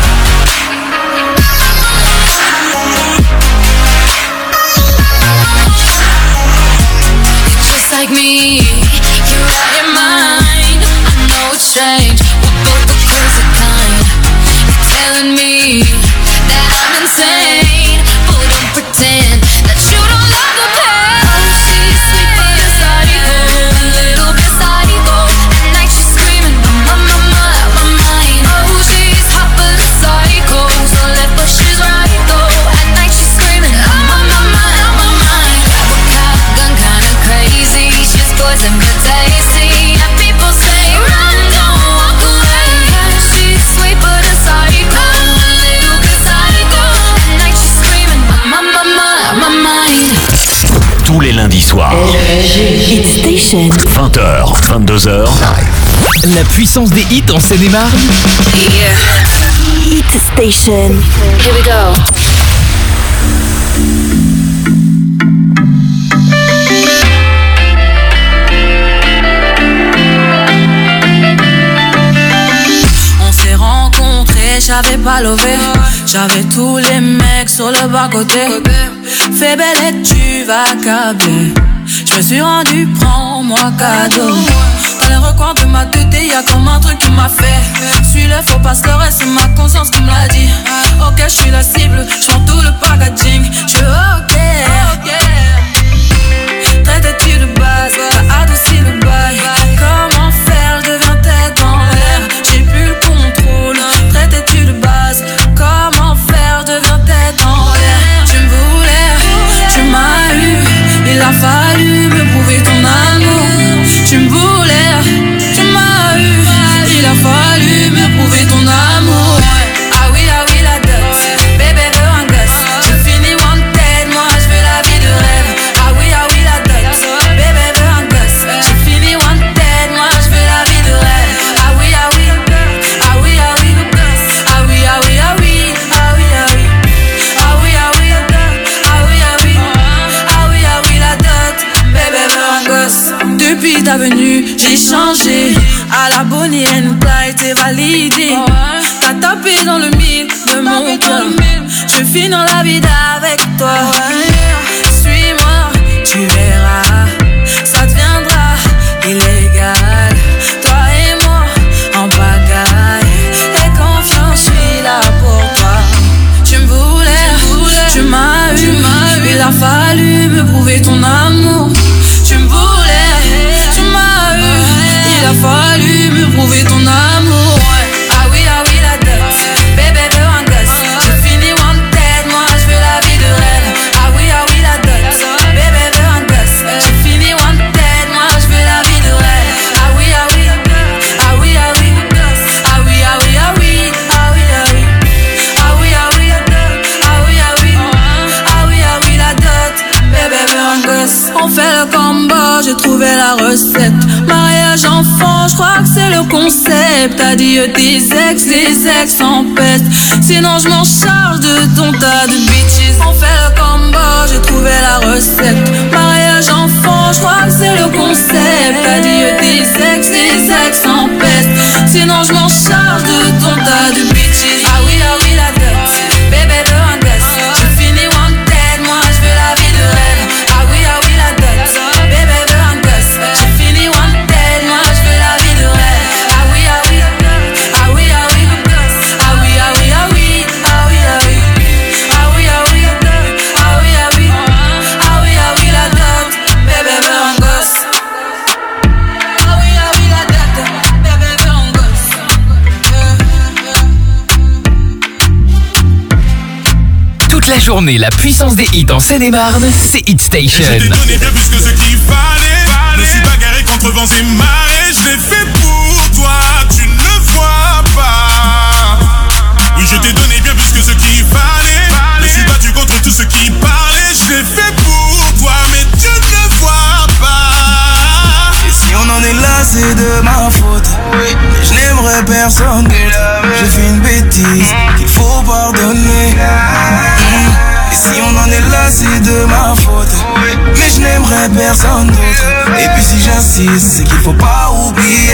You're just like me, you're out your mind. I know it's strange, we're both the crazy kind. You're telling me that I'm insane, but don't pretend that you don't love the pain. Oh, she's sweet but a psycho, a little bit psycho. At night she's screaming, my, my, my, my mind. Oh, she's hot but a psycho, so left but she's right though. At night she's screaming, my, my, my, my mind. Grab a cop, gun kinda crazy, she's poison but tasty. And people say run, don't walk away. Yeah, she's sweet but a psycho, a little bit psycho. At night she's screaming, my, my, my, my mind. Tous les lundis soirs, Hit Station. vingt heures, vingt-deux heures. La puissance des hits en Seine-et-Marne. Yeah. Hit Station. Here we go. On s'est rencontrés, j'avais pas levé. J'avais tous les mecs sur le bas-côté. Fais belle et tu vas câbler. Je me suis rendu, prends-moi cadeau. Dans les recoins bord de ma tête, y'a comme un truc qui m'a fait. Suis-le, faut pas se leurrer, c'est ma conscience qui me l'a dit. Ok, je suis la cible, je tout le packaging. Je suis ok. Traite-tu de base, t'as adouci le bail. Comment faire, je deviens tête en l'air. J'ai plus le contrôle. Traite-tu de base, comment faire, je deviens tête en l'air. Tu me voulais, tu m'as eu. Il a fallu me prouver ton amour. Tu me voulais, tu m'as eu. Il a fallu me prouver ton amour. Ah oui, ah oui, la dot. Bébé veut un gosse. Je finis wanted, moi je veux la vie de rêve. Ah oui, ah oui, la dot. Bébé veut un gosse. Je finis wanted, moi je veux la vie de rêve. Ah oui, ah oui, ah oui, ah oui, ah oui, ah oui, ah oui, ah oui, ah oui, ah oui, ah oui, ah oui, ah oui, ah oui, ah oui, la dot. Bébé veut un gosse. Depuis ta venue, j'ai changé. À la Bonnie and Clyde, t'es validé. T'as tapé dans le mille de mon cœur. Je finis dans la vie avec toi. Suis-moi, tu verras. Ça deviendra illégal. Toi et moi en bagaille. Et confiance, je suis là pour toi. Tu me voulais, tu m'as eu. Il a fallu me prouver ton amour. Tu me voulais, tu m'as eu. Il a fallu me prouver ton amour. Ah oui, ah oui, la dot. Bébé veut un gosse. Je finis wanted, moi je veux la vie de rêve. Ah oui, ah oui, la dot. Bébé veut un gosse. Je finis wanted, moi je veux la vie de rêve. Ah oui, ah oui, ah oui, ah oui, ah oui, ah oui, ah oui, ah oui, ah oui, ah oui, ah oui, ah oui, ah oui, ah oui, ah oui, la dot. Bébé veut un gosse. On fait le combo, j'ai trouvé la recette. Mariage enfant, je crois que c'est le concept. Adieu tes ex, les ex en peste. Sinon je m'en charge de ton tas de bitches. On fait le combo, j'ai trouvé la recette. Mariage enfant, je crois que c'est le concept. Adieu tes ex, les ex en peste. Sinon je m'en charge de ton tas de bitches. Ah oui, ah oui, la dot. Bébé veut un gosse. Je finis wanted, moi je veux la vie de rêve. Ah oui, ah oui, la dot. Bébé veut un gosse. Je finis wanted, moi je veux la vie de rêve. Ah oui, ah oui, ah oui, ah oui, ah oui, ah oui, ah oui, ah oui, ah oui, ah oui, ah oui, ah oui, ah oui, ah oui, ah oui, la dot. Bébé veut un gosse. Ah oui, ah oui, la dot. Bébé veut un gosse. Toute la journée, la puissance des hits en Seine-et-Marne, c'est Hit Station. Et je t'ai donné bien plus que ce qu'il fallait. Je me suis bagarré contre vents et marées. Je l'ai fait pour toi, tu ne le vois pas. Oui, je t'ai donné bien plus que ce qu'il fallait. Je me suis battu contre tout ce qui parlait. Je l'ai fait pour toi, mais tu ne le vois pas. Et si on en est là, c'est de ma faute. Mais je n'aimerais personne d'autre. J'ai fait une bêtise qu'il faut pardonner. Et si on en est là, c'est de ma faute. Mais je n'aimerais personne d'autre. Et puis si j'insiste, c'est qu'il faut pas oublier.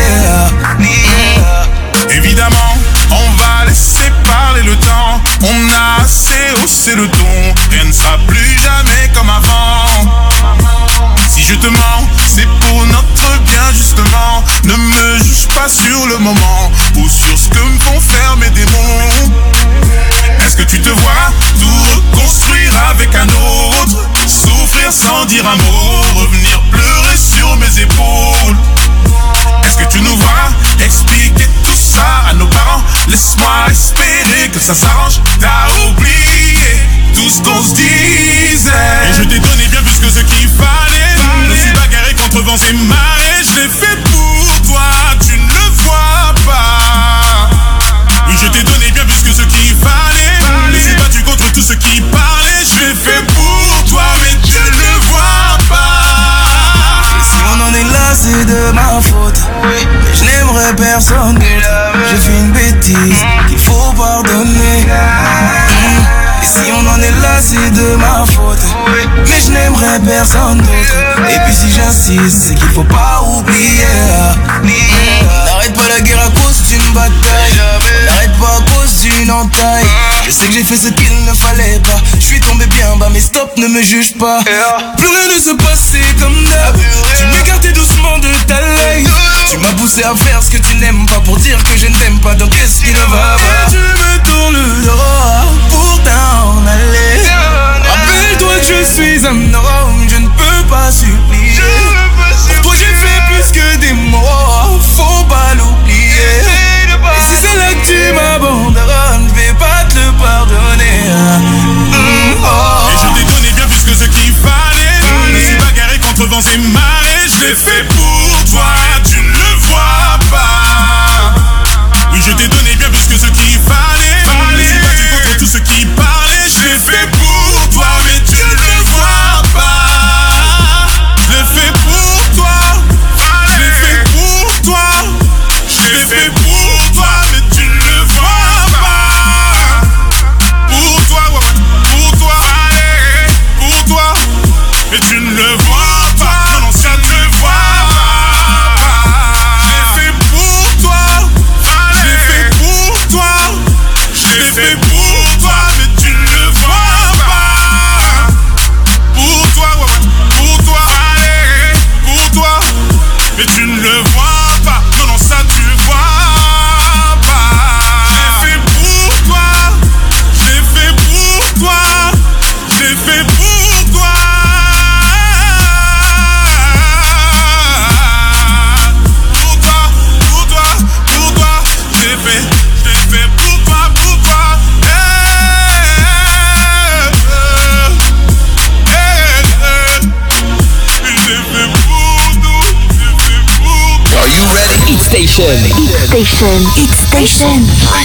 Évidemment, on va laisser parler le temps. On a assez haussé le ton. Rien ne sera plus jamais comme avant. Si je te mens, c'est pour notre bien justement. Ne me juge pas sur le moment ou sur ce que me font faire mes démons. Est-ce que tu te vois tout reconstruire avec un autre? Souffrir sans dire un mot, revenir pleurer sur mes épaules. Est-ce que tu nous vois expliquer tout ça à nos parents? Laisse-moi espérer que ça s'arrange. T'as oublié tout ce qu'on se disait. Et je t'ai donné bien plus que ce qu'il fallait. Je me suis bagarré contre vents et marées. Je l'ai fait pour toi, tu ne le vois pas. Oui, je t'ai donné bien plus que ce qu'il fallait. Je me suis battu contre tout ce qui parlait. Je l'ai fait pour toi, mais tu ne le vois pas. Et si on en est là, c'est de ma faute. Mais je n'aimerais personne d'autre. J'ai fait une bêtise qu'il faut pardonner. Et si on en est là, c'est de ma faute. Mais je n'aimerais personne d'autre. Et puis si j'insiste, c'est qu'il faut pas oublier. N'arrête pas la guerre à cause d'une bataille. N'arrête pas à cause d'une entaille. Je sais que j'ai fait ce qu'il ne fallait pas. Je suis tombé bien bas mais stop, ne me juge pas. Plus rien ne se passait comme d'hab. Tu m'écartais doucement de ta life. Tu m'as poussé commencer à faire ce que tu n'aimes pas pour dire que je ne t'aime pas, donc qu'est-ce qui ne va pas? Tu me tournes le dos pour t'en aller. Rappelle-toi que je suis un homme, je ne peux pas supplier. Pour toi j'ai fait plus que des mots, faut pas l'oublier. Et si c'est là que tu m'abandonnes, je vais pas te le pardonner. Mmh, oh. Et je t'ai donné bien plus que ce qu'il fallait. Je me suis bagarré contre vents et marées. Je l'ai fait pour toi, tu ne le vois pas. Oui, je t'ai donné bien plus que ce qu'il fallait. Je me suis battu contre tout ce qui parlait. Je l'ai fait pour toi, mais tu ne le vois pas. Je l'ai fait pour toi. Je l'ai fait pour toi. Je l'ai fait pour toi, mais tu ne le vois pas. Pour toi, ouais, ouais, pour toi, pour toi, mais tu ne le vois pas. Non, non, ça ne le voit pas. Je l'ai fait pour toi. Je l'ai fait pour toi. Je l'ai fait pour toi, mais tu ne le vois pas. Pour toi, ouais, ouais, pour toi, pour toi, mais tu ne le vois pas. Non, non, ça tu le vois pas. Je l'ai fait pour toi. Je l'ai fait pour toi. Je l'ai fait pour toi. Pour toi, pour toi, pour toi. Je l'ai fait, je l'ai fait pour toi, pour toi. Hey, hey, hey. Je l'ai fait pour nous. Je l'ai fait pour toi. Are you ready? Hit Station. Hit Station. Hit Station.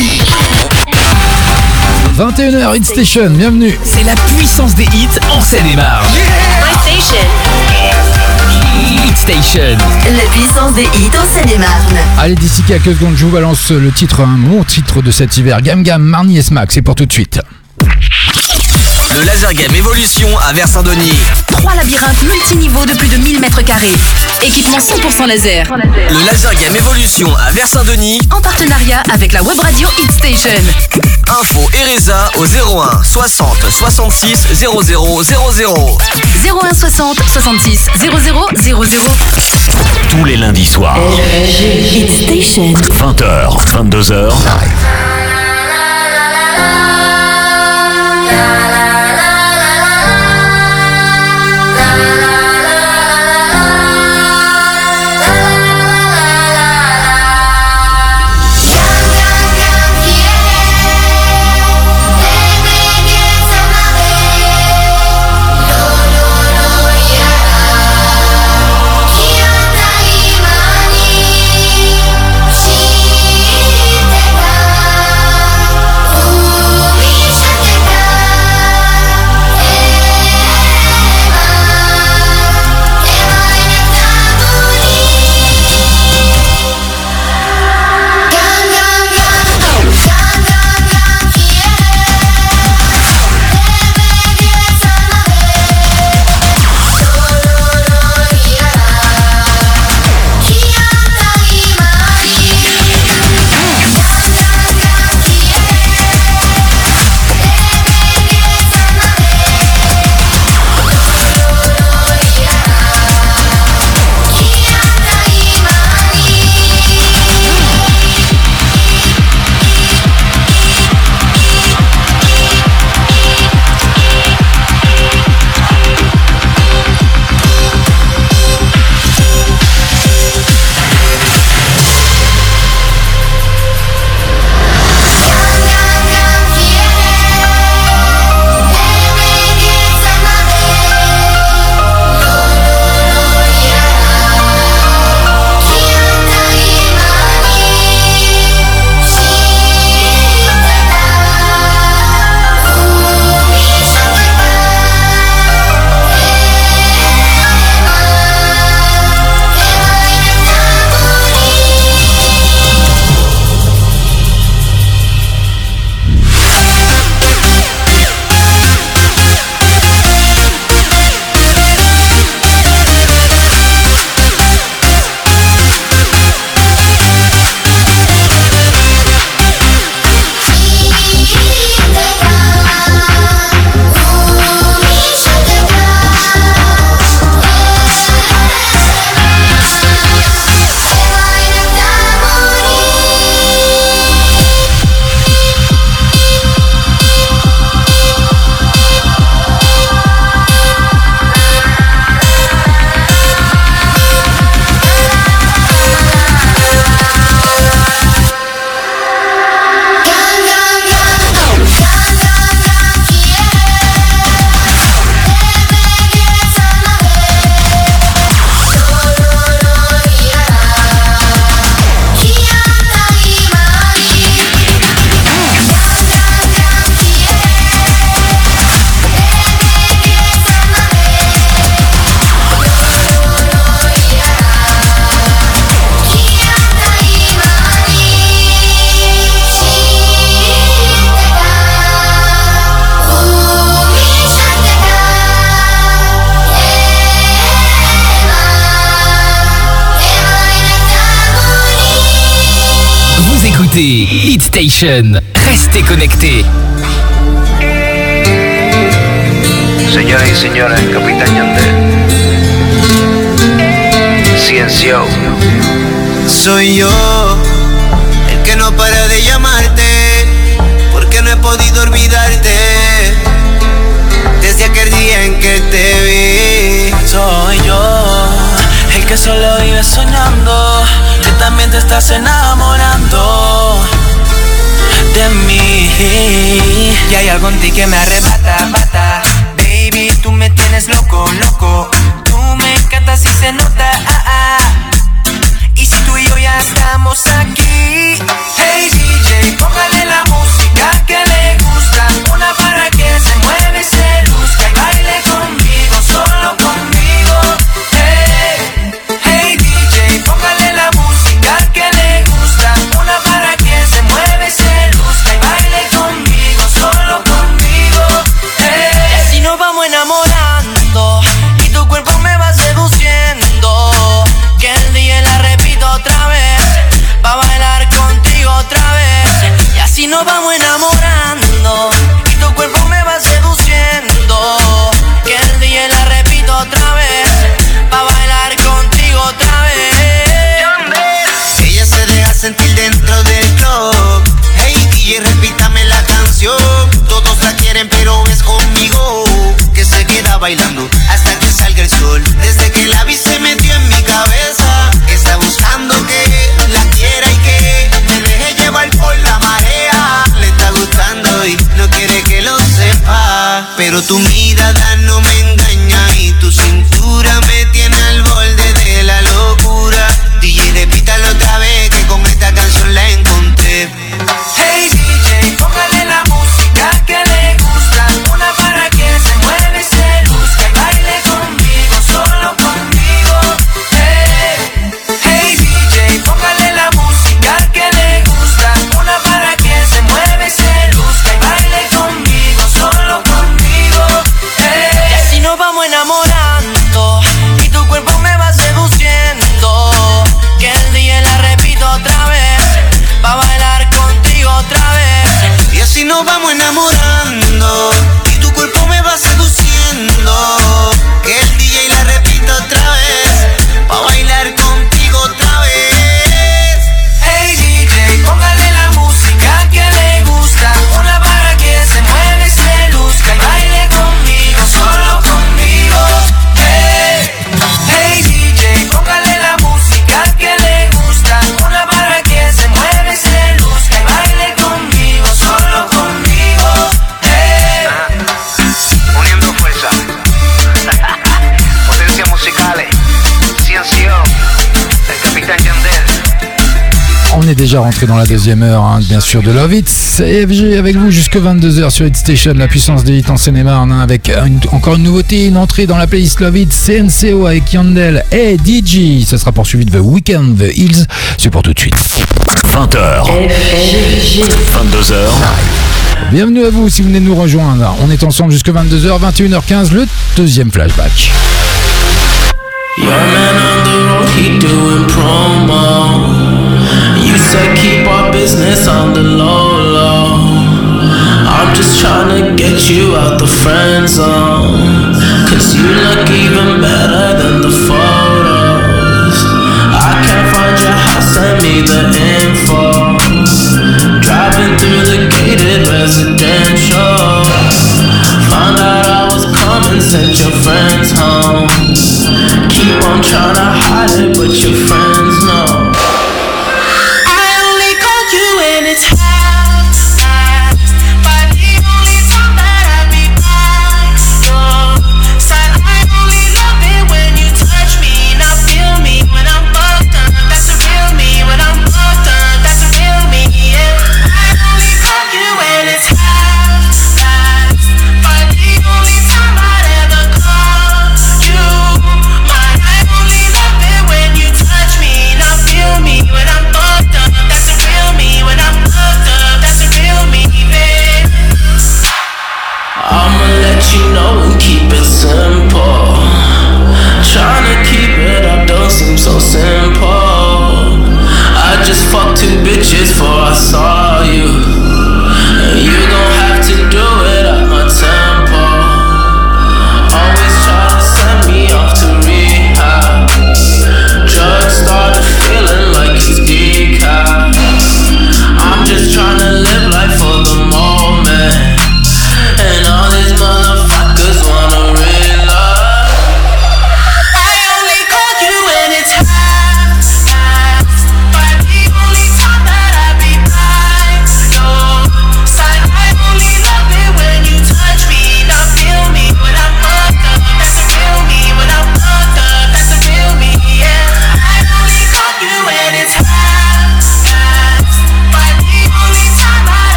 vingt et une heures, Hit Station, bienvenue. C'est la puissance des hits en Seine-et-Marne. My station. Hit Station. La puissance des hits en Seine-et-Marne. Allez, d'ici quelques secondes, je vous balance le titre, un mon titre de cet hiver. Gam Gam, Marnie et Smack, c'est pour tout de suite. Le laser game Evolution à Vers-Saint-Denis. Trois labyrinthes multiniveaux de plus de mille mètres carrés. Équipement cent pour cent laser. Le laser game Evolution à Vers-Saint-Denis. En partenariat avec la web radio Hit Station. Info Ereza au zéro un soixante soixante-six zéro zéro zéro zéro. zéro un soixante soixante-six zéro zéro zéro zéro. Tous les lundis soirs. Hit Station. vingt heures, vingt-deux heures. She écoutez Hit Station. Restez connectés. Señoras y señores, Capitán Yandel. Ciencio. Soy yo, el que no para de llamarte, porque no he podido olvidarte, desde aquel día en que te vi. Soy yo, el que solo vive soñando, que también te estás enamorando de mí. Y hay algo en ti que me arrebata, bata. Baby, tú me tienes loco, loco. Tú me encantas y se nota, ah, ah. Y si tú y yo ya estamos aquí, hey D J, póngale la música que le gusta, una para que se mueve y se luzca y baile conmigo, solo conmigo. Hey, hey D J, póngale la música que le gusta, una para que se mueve y se luzca y baile conmigo, solo conmigo. Hey. Y así nos vamos enamorando y tu cuerpo me va seduciendo, que el día la repito otra vez, pa' bailar contigo otra vez. Y así nos vamos enamorando y tu cuerpo me va seduciendo, que el día la repito otra vez, pa' bailar contigo otra vez. Ella se deja sentir dentro del club. Hey D J, repítame la canción. Todos la quieren pero es conmigo que se queda bailando hasta que salga el sol. Desde que la vi se metió en mi cabeza, está buscando que la quiera y que me deje llevar por la marea. Le está gustando y no quiere que lo sepa, pero tu mirada no me engaña y tu cintura me tiene al borde de la locura. D J, repítalo otra vez que con esta canción la encontré. Hey D J, póngale la música que le gusta, una para que se mueve y se luzca y baile conmigo, solo conmigo. Hey, hey D J, póngale la música que le gusta, una para que se mueve y se luzca y baile conmigo, solo conmigo. Hey. Y así nos vamos enamorando y tu cuerpo me va seduciendo, que el día la repito otra vez, pa' bailar contigo otra vez. Y así nos vamos enamorando y tu cuerpo me va seduciendo, que el D J la repito otra vez, pa' bailar contigo otra vez. Hey D J, póngale la música que le gusta, una para que se mueve y se luzca y baile conmigo, solo conmigo. Hey, hey D J, póngale la música que le gusta, una para que se mueve y se luzca y baile conmigo, solo conmigo. Hey. Uniendo fuerza. Potencias musicales. Ciencio. El Capitaine Yandel. On est déjà rentré dans la deuxième heure, hein, bien sûr, de Love It. C'est F G avec vous jusqu'à vingt-deux heures sur Hit Station, la puissance des hits en Seine-et-Marne, hein, avec une, encore une nouveauté, une entrée dans la playlist Love It, C N C O avec Yandel et D J. Ça sera poursuivi de The Weeknd, The Hills. C'est pour tout de suite. vingt heures. vingt-deux heures. Bienvenue à vous si vous venez de nous rejoindre. On est ensemble jusqu'à vingt-deux heures, vingt et une heures quinze, le deuxième flashback. Your man on the road, he doing promo. You said keep our business on the low, low. I'm just tryna get you out the friend zone, cause you look even better than the photos. I can't find your house, send me the info. Driving through the gated residential, found out I was coming, sent your friends home. Keep on trying to hide it, but your friends know. I only called you when it's hot, but the only time that I reply,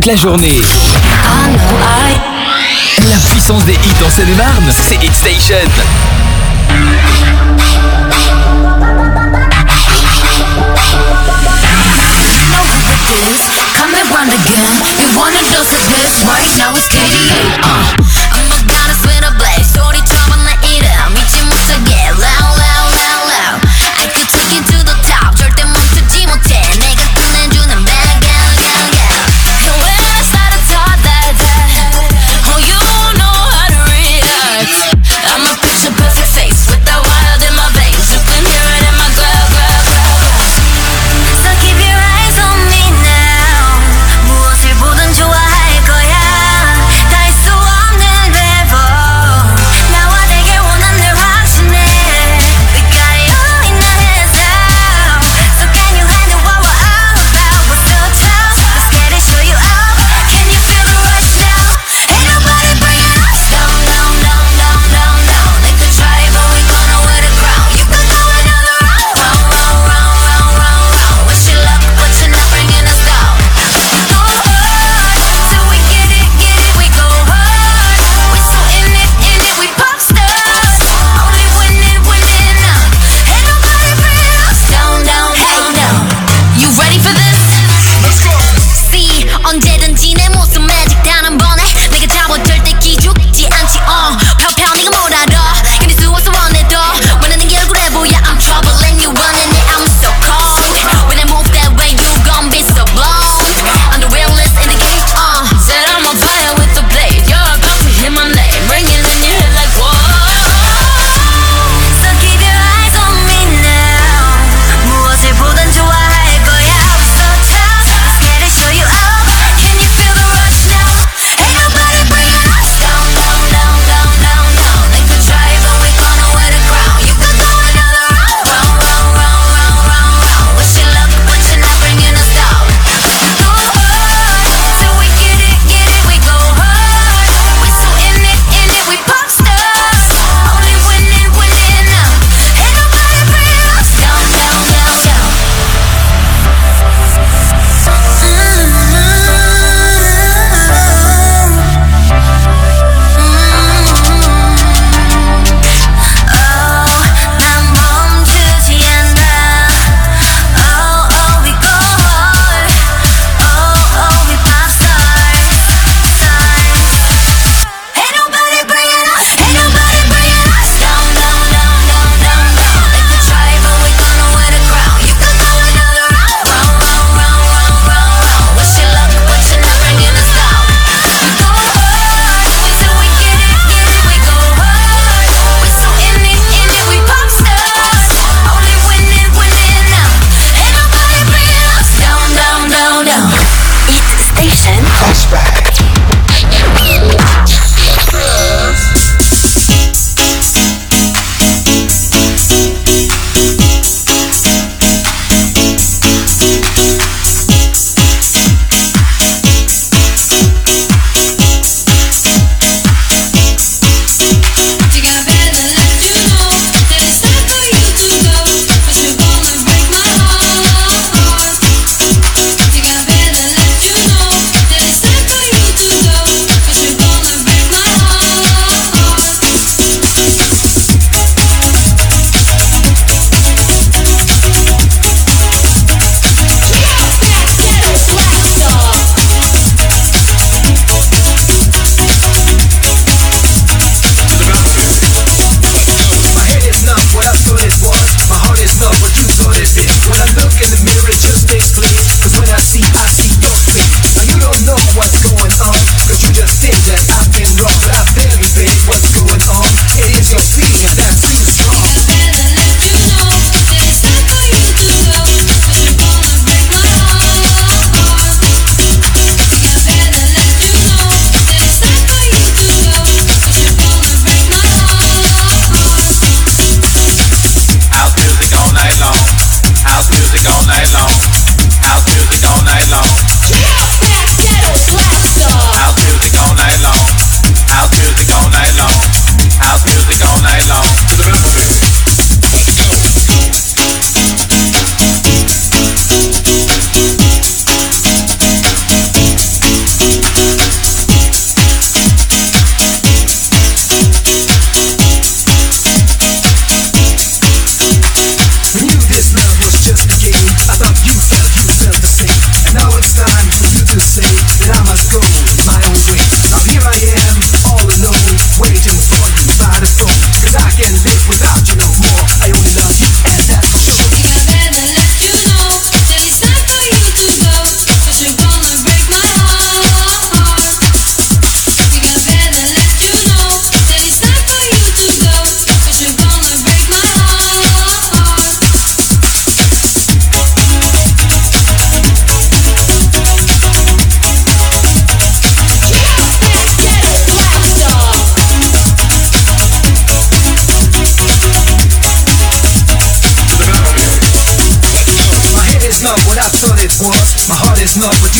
toute la journée. La puissance des hits en Seine-et-Marne, c'est Hit Station. Come around again. You wanna dose of this right now? It's eighty-eight. Uh. I'm a goddess with a blaze. Story trouble 나 이름 잊지 못하게. Loud, loud, loud, loud. I could take you to the top. 절대 멈추지 못해. 내가 끝내주는 bad gal, gal, gal. Where started taught that that. Oh, you know how to react. I'm a picture perfect face with that wild in my veins. You can hear it in my growl, growl, growl, growl. So keep your eyes on me now. 무엇을 보든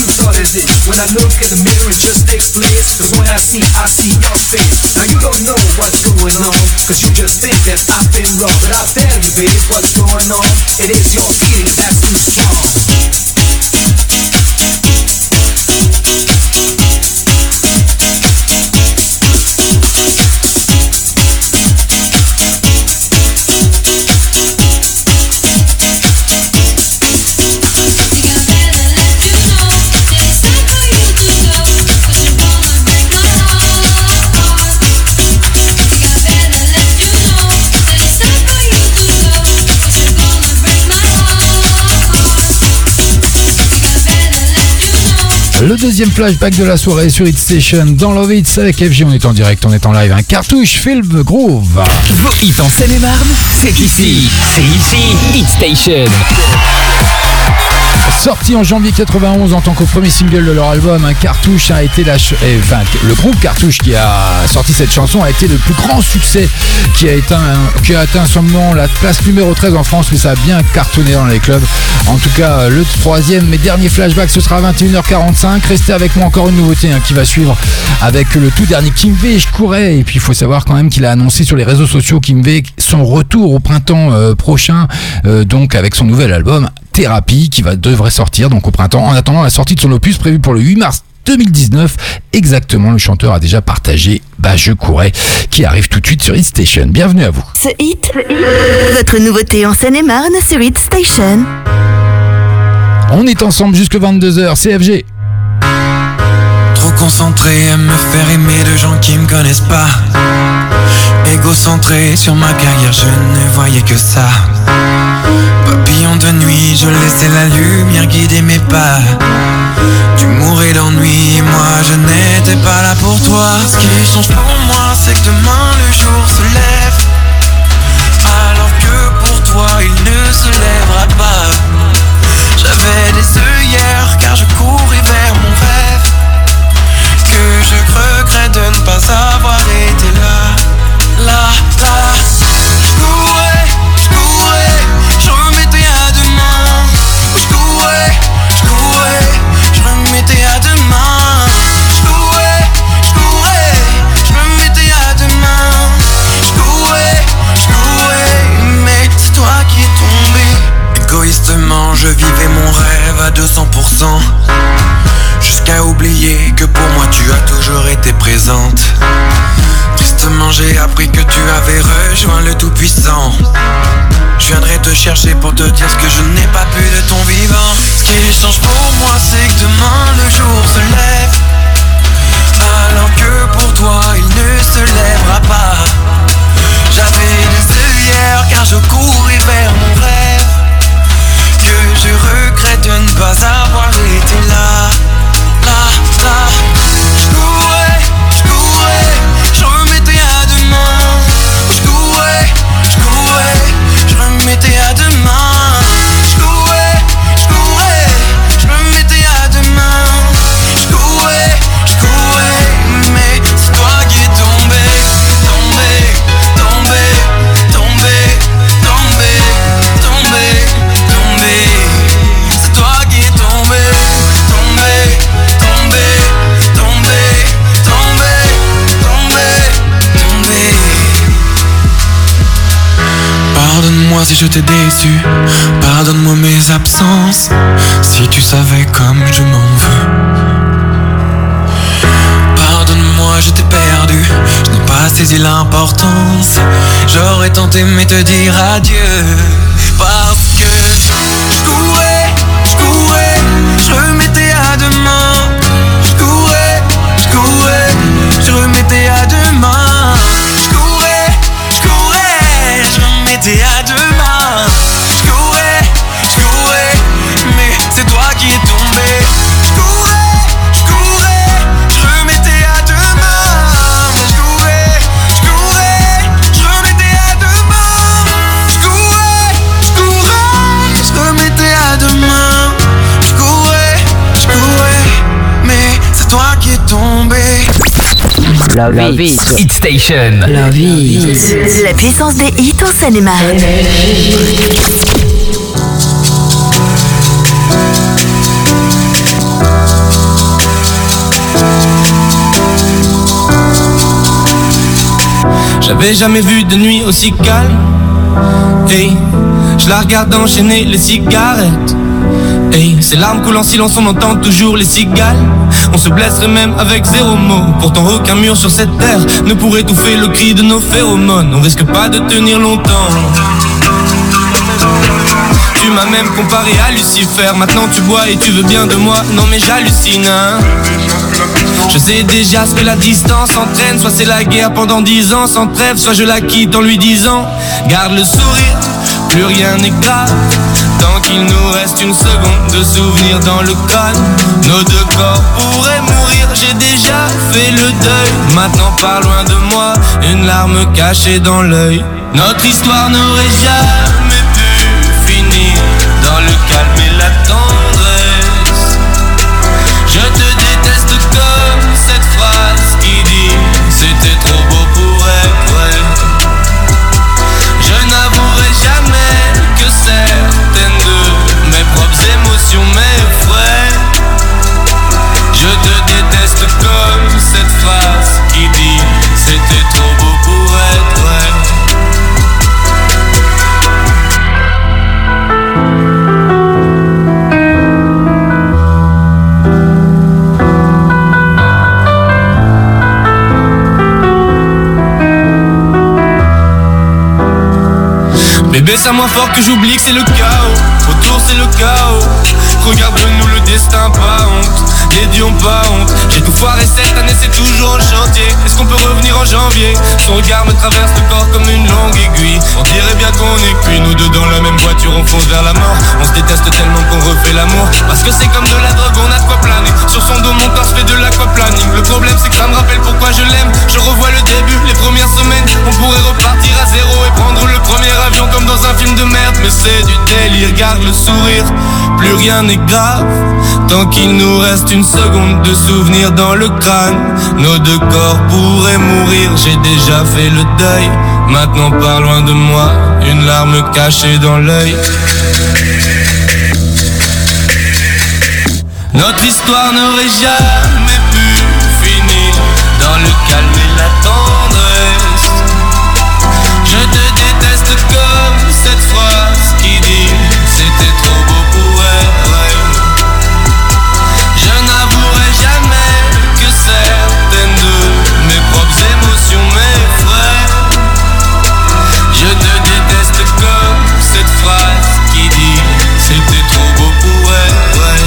thought is it? When I look in the mirror and just take place, the one I see, I see your face. Now you don't know what's going on, cause you just think that I've been wrong. But I'll tell you, babe, what's going on. It is your feeling that's too strong. Le deuxième flashback de la soirée sur Hit Station dans Love Hits avec F G. On est en direct, on est en live. Un cartouche Film Groove. Vos hits en Seine-et-Marne, c'est ici. C'est ici. Hit Station. Sorti en janvier quatre-vingt-onze en tant que premier single de leur album, un Cartouche a été la ch- eh, enfin, le groupe Cartouche qui a sorti cette chanson a été le plus grand succès qui a, éteint, qui a atteint seulement la place numéro treize en France, mais ça a bien cartonné dans les clubs. En tout cas, le troisième et dernier flashback, ce sera à vingt et une heures quarante-cinq. Restez avec moi, encore une nouveauté hein, qui va suivre avec le tout dernier Kimvé. Je courais, et puis il faut savoir quand même qu'il a annoncé sur les réseaux sociaux Kimvé son retour au printemps euh, prochain, euh, donc avec son nouvel album Thérapie qui va devrait sortir donc au printemps. En attendant la sortie de son opus prévue pour le huit mars deux mille dix-neuf, exactement, le chanteur a déjà partagé Bah je courais, qui arrive tout de suite sur Hit Station. Bienvenue à vous. Ce hit, votre nouveauté en Seine-et-Marne sur Hit Station. On est ensemble jusque vingt-deux heures, C F G. Trop concentré à me faire aimer de gens qui me connaissent pas. Égocentré sur ma carrière, je ne voyais que ça. Papillon de nuit, je laissais la lumière guider mes pas. Tu mourais d'ennui et moi je n'étais pas là pour toi. Ce qui change pour moi, c'est que demain le jour se lève, alors que pour toi il ne se lèvera pas. J'avais des œillères car je courais vers mon rêve, que je regrette de ne pas avoir été là, là, là. Je courais, je courais, je remettais à demain. Je courais, je courais, je remettais à demain. Je courais, je courais, je remettais à demain. Je courais, je courais, mais c'est toi qui es tombé. Égoïstement, je vivais mon rêve à deux cents pour cent, jusqu'à oublier que pour moi tu as toujours été présente. Tristement j'ai appris que tu avais rejoint le Tout-Puissant. Je viendrai te chercher pour te dire ce que je n'ai pas pu de ton vivant. Ce qui change pour moi c'est que demain le jour se lève, alors que pour toi il ne se lèvera pas. J'avais des œillères car je courais vers mon rêve, que je regrette de ne pas avoir été là, là, là. Je courais, je courais, je remettais à demain. Je courais, je courais, je remettais à demain. Je courais, je courais, je remettais à demain. Je courais, je courais, mais c'est toi qui es tombé, tombé, tombé, tombé, tombé, tombé, tombé. C'est toi qui es tombé, tombé, tombé, tombé, tombé, tombé, tombé. Pardonne-moi si je t'ai déçu, pardonne-moi mes absences, si tu savais comme je m'en veux. Pardonne-moi, je t'ai perdu, je n'ai pas saisi l'importance. J'aurais tant aimé te dire adieu, parce que je courais, je courais, je remettais à demain. Je courais, je courais, je remettais à demain. Je courais, je courais, je remettais à demain. Je courais, je courais, mais c'est toi qui es tombé. Je courais, je courais, je remettais à demain. Je courais, je courais, je remettais à demain. Je courais, je courais, je remettais à demain. Je courais, je courais, mais c'est toi qui es tombé. Love Hits. Hit Station. Love Hits. La puissance des hits en Seine-et-Marne. J'avais jamais vu de nuit aussi calme. Hey, je la regarde enchaîner les cigarettes. Hey, ces larmes coulent en silence, on entend toujours les cigales. On se blesserait même avec zéro mot. Pourtant aucun mur sur cette terre ne pourrait étouffer le cri de nos phéromones. On risque pas de tenir longtemps. Tu m'as même comparé à Lucifer. Maintenant tu bois et tu veux bien de moi. Non mais j'hallucine hein. Je sais déjà ce que la distance entraîne. Soit c'est la guerre pendant dix ans sans trêve, soit je la quitte en lui disant garde le sourire, plus rien n'est grave. Tant qu'il nous reste une seconde de souvenir dans le crâne. Nos deux corps pourraient mourir, j'ai déjà fait le deuil. Maintenant pas loin de moi, une larme cachée dans l'œil. Notre histoire n'aurait jamais pu finir dans le calme et la tendresse. Je te déteste comme cette phrase qui dit c'était trop beau pour être vrai. Je n'avouerai jamais que certaines de mes propres émotions m'effraient. Je te déteste comme cette phrase qui dit c'était trop beau pour être vrai. Bébé, c'est à moi fort que j'oublie que c'est le chaos. Autour c'est le chaos. Regarde-nous le destin, pas honte. Les dieux ont pas honte. J'ai tout foiré cette année, c'est toujours en chantier. Est-ce qu'on peut revenir en janvier? Son regard me traverse le corps comme une longue aiguille. On dirait bien qu'on est cuits, nous deux dans la même voiture, on fonce vers la mort. On se déteste tellement qu'on refait l'amour. Parce que c'est comme de la drogue, on a de quoi planer. Sur son dos, mon corps se fait de l'aquaplaning. Le problème c'est que ça me rappelle pourquoi je l'aime. Je revois le début, les premières semaines. On pourrait repartir à zéro et prendre le premier avion comme dans un film de merde. Mais c'est du délire, garde le sourire, plus rien n'est grave. Tant qu'il nous reste une seconde de souvenir dans le crâne. Nos deux corps pourraient mourir, j'ai déjà fait le deuil. Maintenant pas loin de moi, une larme cachée dans l'œil. Notre histoire n'aurait jamais pu finir dans le calme et la tendresse. Je te déteste comme cette phrase qui dit c'était trop beau pour être vrai. Je n'avouerai jamais que certaines de mes propres émotions m'effraient. Je te déteste comme cette phrase qui dit c'était trop beau pour être vrai.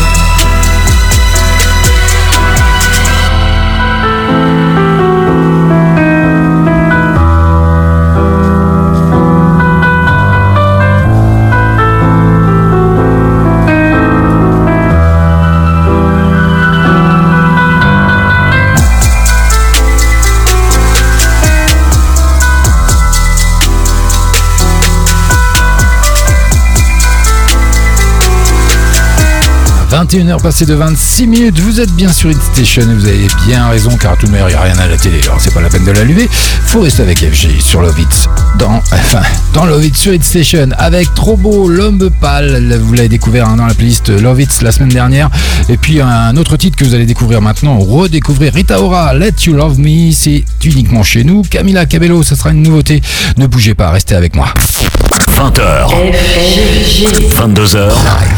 vingt et une heures passées de vingt-six minutes, vous êtes bien sur Hit Station et vous avez bien raison car tout le meilleur, il n'y a rien à la télé, alors c'est pas la peine de l'allumer. Faut rester avec F G sur Love It, dans, enfin, dans Love It sur Hit Station avec Trop Beau, L'Homme Pâle, vous l'avez découvert hein, dans la playlist Love It la semaine dernière. Et puis un autre titre que vous allez découvrir maintenant, redécouvrir Rita Ora, Let You Love Me, c'est uniquement chez nous. Camila Cabello, ça sera une nouveauté, ne bougez pas, restez avec moi. vingt heures, vingt-deux heures.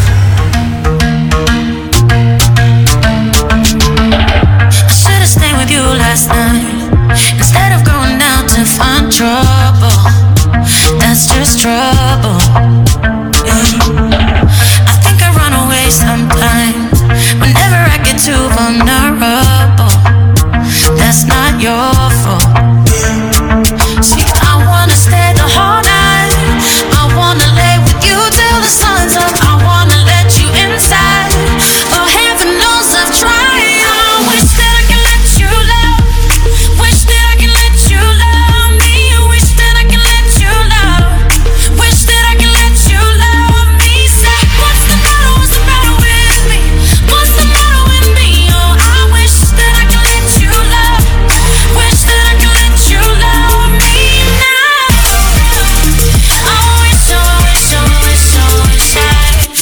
Last night, instead of going down to find trouble, that's just trouble. Yeah. I think I run away sometimes whenever I get too vulnerable. That's not your fault. See, I wanna stay the whole night. I wanna lay with you till the sun's up. I wanna let you inside. Oh, heaven knows I've tried. I wish that I could let you love. Wish that I could let you love me. Wish that I could let you love. Wish that I could let you love me. Say, what's the matter? What's the matter with me? What's the matter with me? Oh, I wish that I could let you love. Wish that I could let you love me now. I wish, I wish, I wish, I wish I.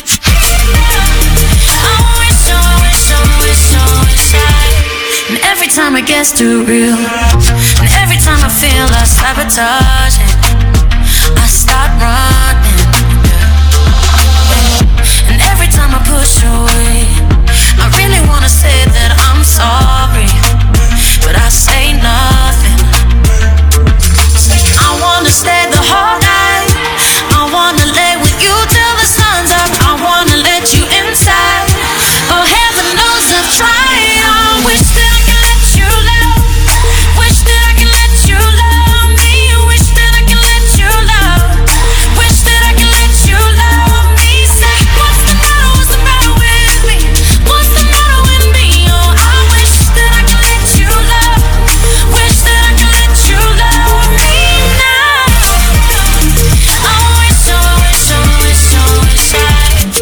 I wish, I wish, I wish, I wish I. And every time it gets too real, and every time I feel like sabotaging, I start running. And every time I push away, I really wanna say that I'm sorry, but I say nothing. I wanna stay the whole night, I wanna lay with you till the sun's up, I wanna let you inside. Oh, heaven knows I've tried. I wish that I could let you love, wish that I could let you love me, wish that I could let you love, wish that I could let you love me. Say, what's the matter, what's the matter with me, what's the matter with me? Oh, I wish that I could let you love, wish that I could let you love me now. I wish, I wish, I wish, I wish I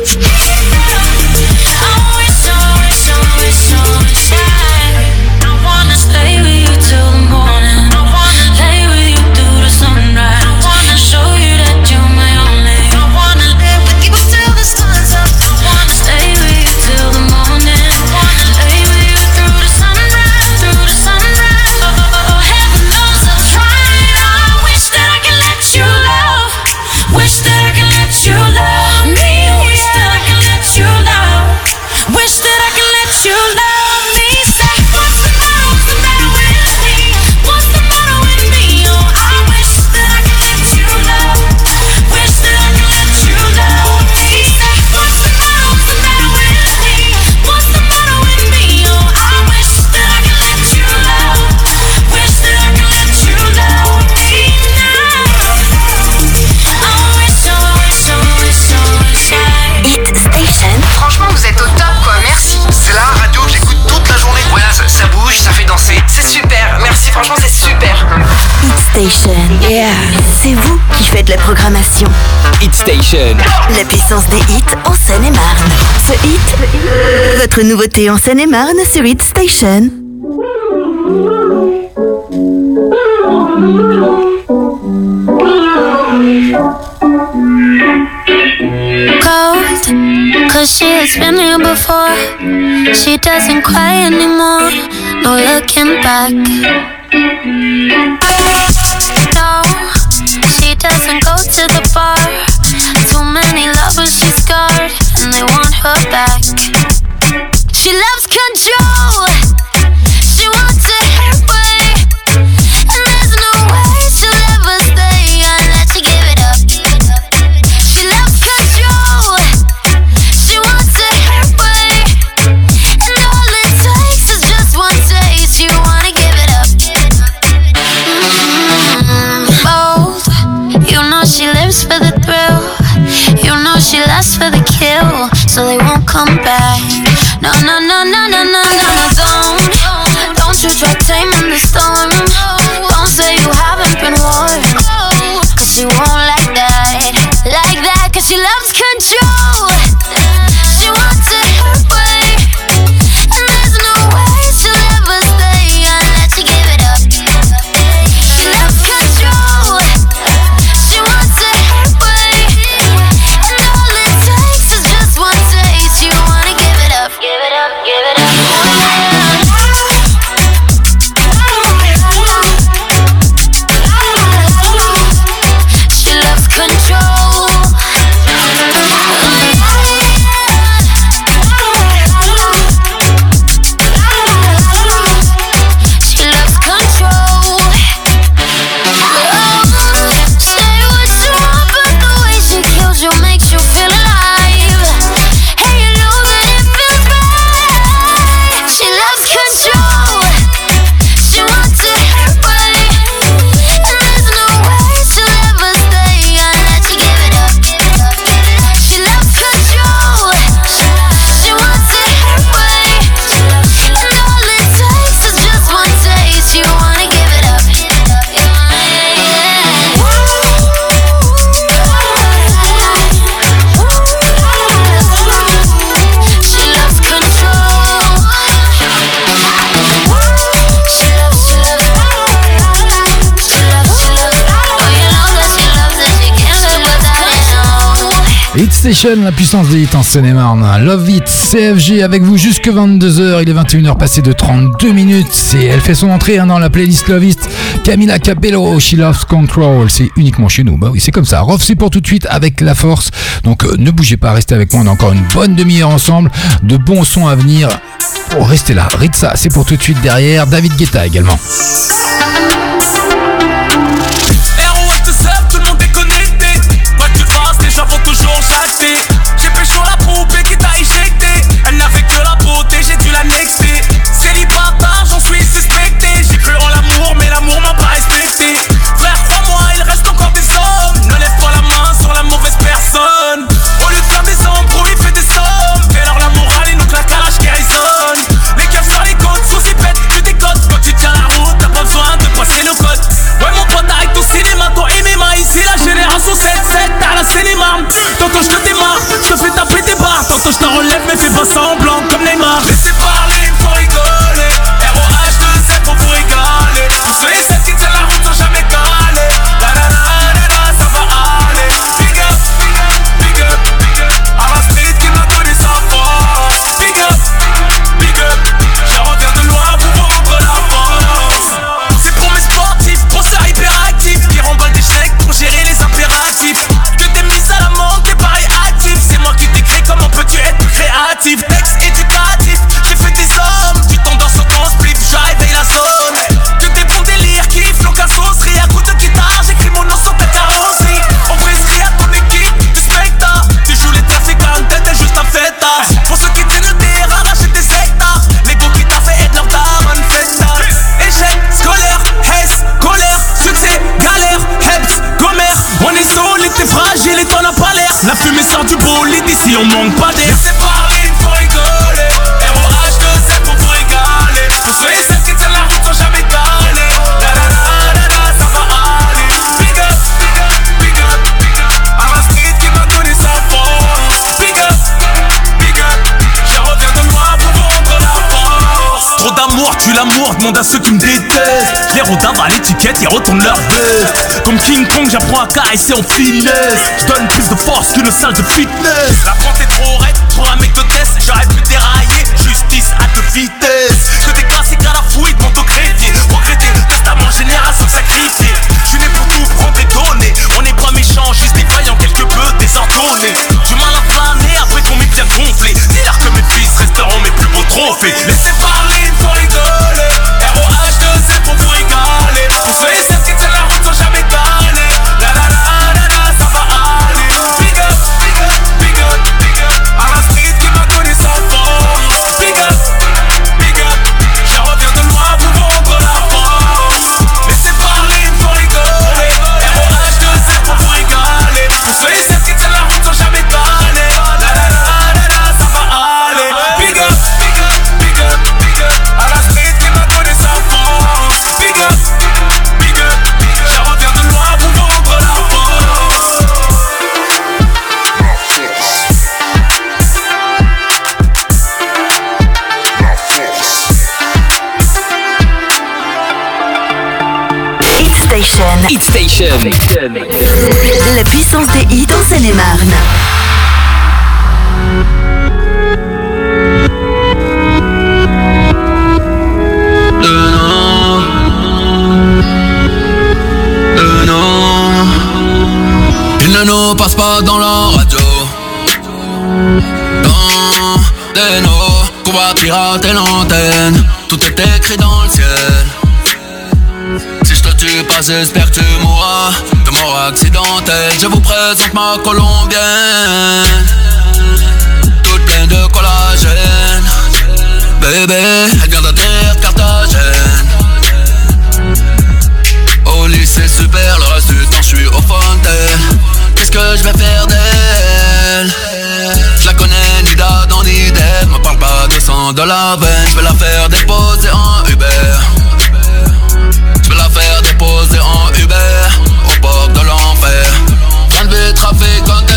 Station. Yeah. C'est vous qui faites la programmation. Hit Station. La puissance des hits en Seine-et-Marne. Ce hit, votre nouveauté en Seine-et-Marne sur Hit Station. Cold, cause she has been here before. She doesn't cry anymore. No looking back. No, she doesn't go to the bar. Too many lovers she's scarred, and they want her back. She loves control, she wants it her way, and there's no way she'll ever stay unless you give it up. She loves control, she wants it her way, and all it takes is just one taste. You wanna give it up. She lives for the thrill, you know she lasts for the kill, so they won't come back. No, no, no, no, no, no, no, no, don't. Station, la puissance des hits en Seine-et-Marne. Love It, C F G avec vous jusque vingt-deux heures. Il est vingt et une heures passées de trente-deux minutes. C'est, elle fait son entrée hein, dans la playlist Love It. Camila Cabello, She Loves Control. C'est uniquement chez nous. Bah oui, c'est comme ça. Rof, c'est pour tout de suite avec la force. Donc euh, ne bougez pas, restez avec moi. On a encore une bonne demi-heure ensemble. De bons sons à venir. Oh, restez là. Ritza, c'est pour tout de suite derrière. David Guetta également. Les gens vont toujours jacter. J'ai pécho la poupée qui t'a éjecté. Elle n'avait que la beauté, j'ai dû l'annexer. Célibataire, j'en suis suspecté. J'ai cru en l'amour, mais l'amour m'a pas respecté. Frère, crois-moi, il reste encore des hommes. Ne lève pas la main sur la mauvaise personne. Au lieu de faire des hommes, gros, il fait des sommes. Fais-leur la morale et nous claque la rage qui résonne. Les keufs sur les côtes, sous y pète, tu décotes. Quand tu tiens la route, t'as pas besoin de passer le code. Ouais, mon pote, arrête au cinéma, ton M M A. Ici, la génération sept sept, t'as la Seine-et-Marne. Tantôt je te démarre, je te fais taper des barres. Tantôt je t'en relève mais fais pas semblant comme Neymar. Laissez parler, il faut rigoler. R O H deux Z pour vous régaler. Tous ceux et celles qui tiennent la route sans jamais caler. La la la la la, ça va aller. Big up, big up, big up. À la street qui m'a donné sa force. Big up, big up. Je reviens de loin pour vous rendre la force. C'est pour mes sportifs, penseurs hyperactifs qui rembalent des chèques pour gérer les impératifs. À la manque, t'es pareil actif. C'est moi qui t'écris, comment peux-tu être plus créatif? Texte éducatif, j'ai fait des hommes. Tu t'endors sur ton spliff, je réveille la zone. Que des bons délires, kiff, l'aucun saucerie. À coup de guitare, j'écris mon nom sur ta carrosserie. On brise à ton équipe, du spectacle. Tu joues les trafiquants, t'es juste un fêtard. Pour ceux qui tiennent le terrain, rachète des hectares. L'ego qui t'a fait être leur daronne fêtard. Échec, scolaire, hess, colère, succès, galère, heps, commère. On est solide, t'es fragile et t'en as pas l'air. La fumée sort du bolide, ici on manque pas d'air. Laissez parler, il faut rigoler. R O H deux Z pour vous régaler. Tous ceux et celles qui tiennent la route sans jamais caler. La la la la la, ça va aller. Big up, big up, big up, big up. À la street qui m'a donné sa force. Big up, big up. Je reviens de loin pour vous rendre la force. Trop d'amour, tue l'amour, demande à ceux qui me détestent. Les rodins valent l'étiquette, ils retournent leur veste. Comme King Kong, j'apprends à caresser en finesse. J'donne plus de force qu'une salle de fitness. La pente est trop raide pour un mec de test. J'aurais pu dérailler, justice à deux vitesses. Que des classiques à la fouille, de mon dos crédit. Regretter, testament génération sacrifiée. J'suis né pour tout prendre et donner. On n'est pas méchants, juste défaillants, quelque peu désordonnés. Du mal à planer après qu'on m'ait bien gonflé. Dis-leur que mes fils resteront mes plus beaux trophées. Laissez parler, il faut rigoler. R O H deux Z pour vous régaler. Tous ceux et celles qui tiennent la route sans jamais caler. La la la la la, ça va aller. Big up, big up, big up, big up. À la street qui m'a donné sa force. Big up, big up. Je reviens de loin pour vous rendre la force. Laissez parler, il faut rigoler. R O H deux Z pour vous régaler. Tous ceux et celles qui tiennent la route sans jamais caler. La la la la la, ça va aller. Big up, big up, big up, big up. À la street qui m'a donné sa force. Big up, big up. Je reviens de loin pour vous rendre la force. Hit Station. Hit Station. La puissance des hits en Seine-et-Marne. Il ne nous passe pas dans la radio. Dans des noms qu'on va pirater l'antenne. Tout est écrit dans le ciel. Si je te tue pas, j'espère que tu mourras de mort accidentelle. Je vous présente ma colombienne, toute pleine de collagène. Bébé, elle vient d'atterrir de Carthagène. Au lycée super, le reste du temps je suis au fontaine. Qu'est-ce que je vais faire d'elle? Je la connais ni d'Adam ni d'Ève. Me parle pas de sang de la veine. Je vais la faire déposer en Uber. Je vais la faire déposer en Uber au bord de l'enfer. Train de vie trafiquanté.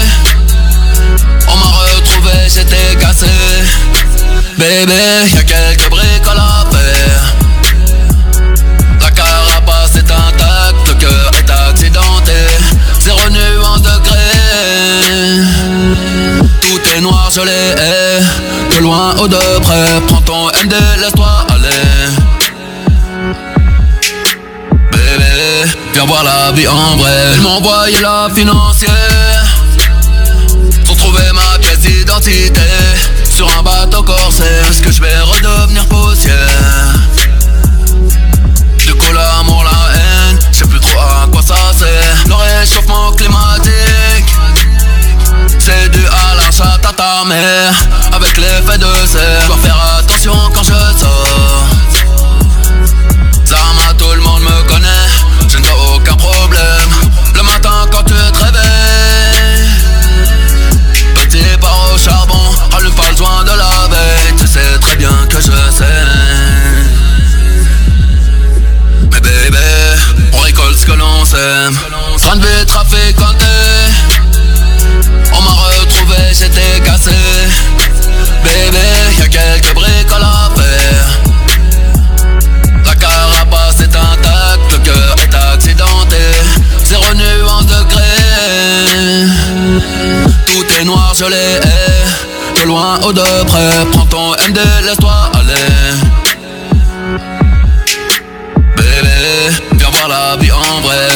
On m'a retrouvé, j'étais cassé. Bébé, y'a quelques bricoles à faire. La carapace est intacte, le cœur est accidenté. Zéro nuance de gré. loin ou de près, prends ton M D, laisse-toi aller. Bébé, viens voir la vie en vrai. Ils m'ont envoyé la financière sans trouver ma pièce d'identité. Sur un bateau corsaire, est-ce que je vais redevenir poussière? Du coup l'amour, la haine, je sais plus trop à quoi ça sert. Le réchauffement climatique, c'est dû à la chatte à ta mère. Avec l'effet de serre, je dois faire attention quand je sors. Zama, tout le monde me connaît, je n'ai aucun problème. Le matin quand tu te réveilles, petit part au charbon, rallume pas le joint de la veille. Tu sais très bien que je sais. Mais bébé, on récolte ce que l'on sème. Train de vie trafiquanté, on m'a retrouvé, j'étais cassé. Bébé, y'a quelques bricoles à faire. La carapace est intacte, le cœur est accidenté. Zéro nuance de gré. Tout est noir, je l'ai. De loin ou de près, prends ton M D, laisse-toi aller. Bébé, viens voir la vie en vrai.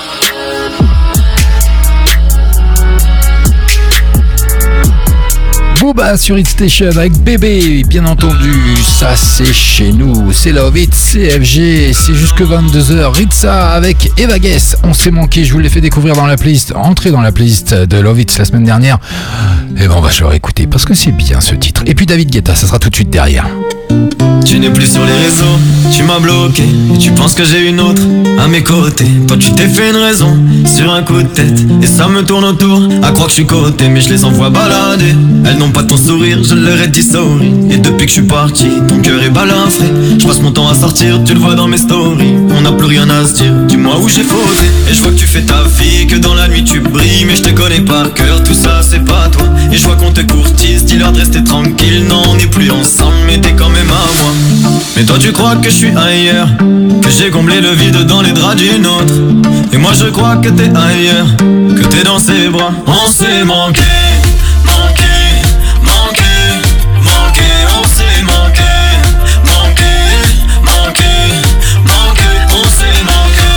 Booba sur Hit Station avec Bébé, bien entendu, ça c'est chez nous, c'est Love It, C F G, c'est jusque vingt-deux heures, Ritza avec Eva Guess, on s'est manqué, je vous l'ai fait découvrir dans la playlist, entrée dans la playlist de Love It la semaine dernière, et ben on va se le réécouter parce que c'est bien ce titre, et puis David Guetta, ça sera tout de suite derrière. Tu n'es plus sur les réseaux, tu m'as bloqué et tu penses que j'ai une autre à mes côtés. Toi tu t'es fait une raison sur un coup de tête et ça me tourne autour à croire que je suis coté, mais je les envoie balader. Elles n'ont pas ton sourire, je leur ai dit sorry. Et depuis que je suis parti, ton cœur est balafré. Je passe mon temps à sortir, tu le vois dans mes stories. On n'a plus rien à se dire, dis-moi où j'ai fauté. Et je vois que tu fais ta vie, que dans la nuit tu brilles, mais je te connais par cœur, tout ça c'est pas toi. Et je vois qu'on te courtise, dis-leur de rester tranquille. Non on n'est plus ensemble, mais t'es quand même à moi. Mais toi tu crois que je suis ailleurs, que j'ai comblé le vide dans les draps d'une autre. Et moi je crois que t'es ailleurs, que t'es dans ses bras. On s'est manqué, manqué, manqué, manqué. On s'est manqué, manqué, manqué, manqué. On s'est manqué.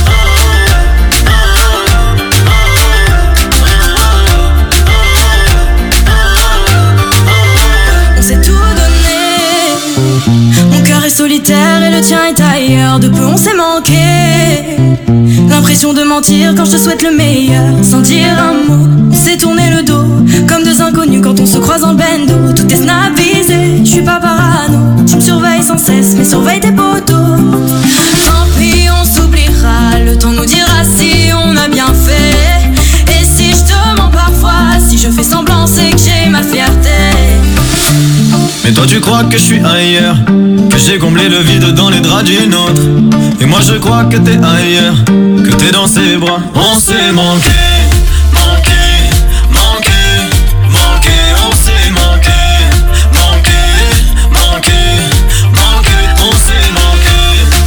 On s'est tout donné, mon cœur est solitaire et le tien est ailleurs. De peu on s'est manqué, l'impression de mentir quand je te souhaite le meilleur. Sans dire un mot, on s'est tourné le dos comme deux inconnus quand on se croise en bendo. Tout est snapvisé, je suis pas parano. Tu me surveilles sans cesse, mais surveille tes potos. Tant pis, on s'oubliera, le temps nous dira si on a bien fait. Et si je te mens parfois, si je fais semblant, c'est que j'ai ma fierté. Mais toi tu crois que je suis ailleurs, que j'ai comblé le vide dans les draps d'une autre. Et moi je crois que t'es ailleurs, que t'es dans ses bras. On s'est manqué, manqué, manqué, manqué. On s'est manqué, manqué, manqué, manqué. On s'est manqué.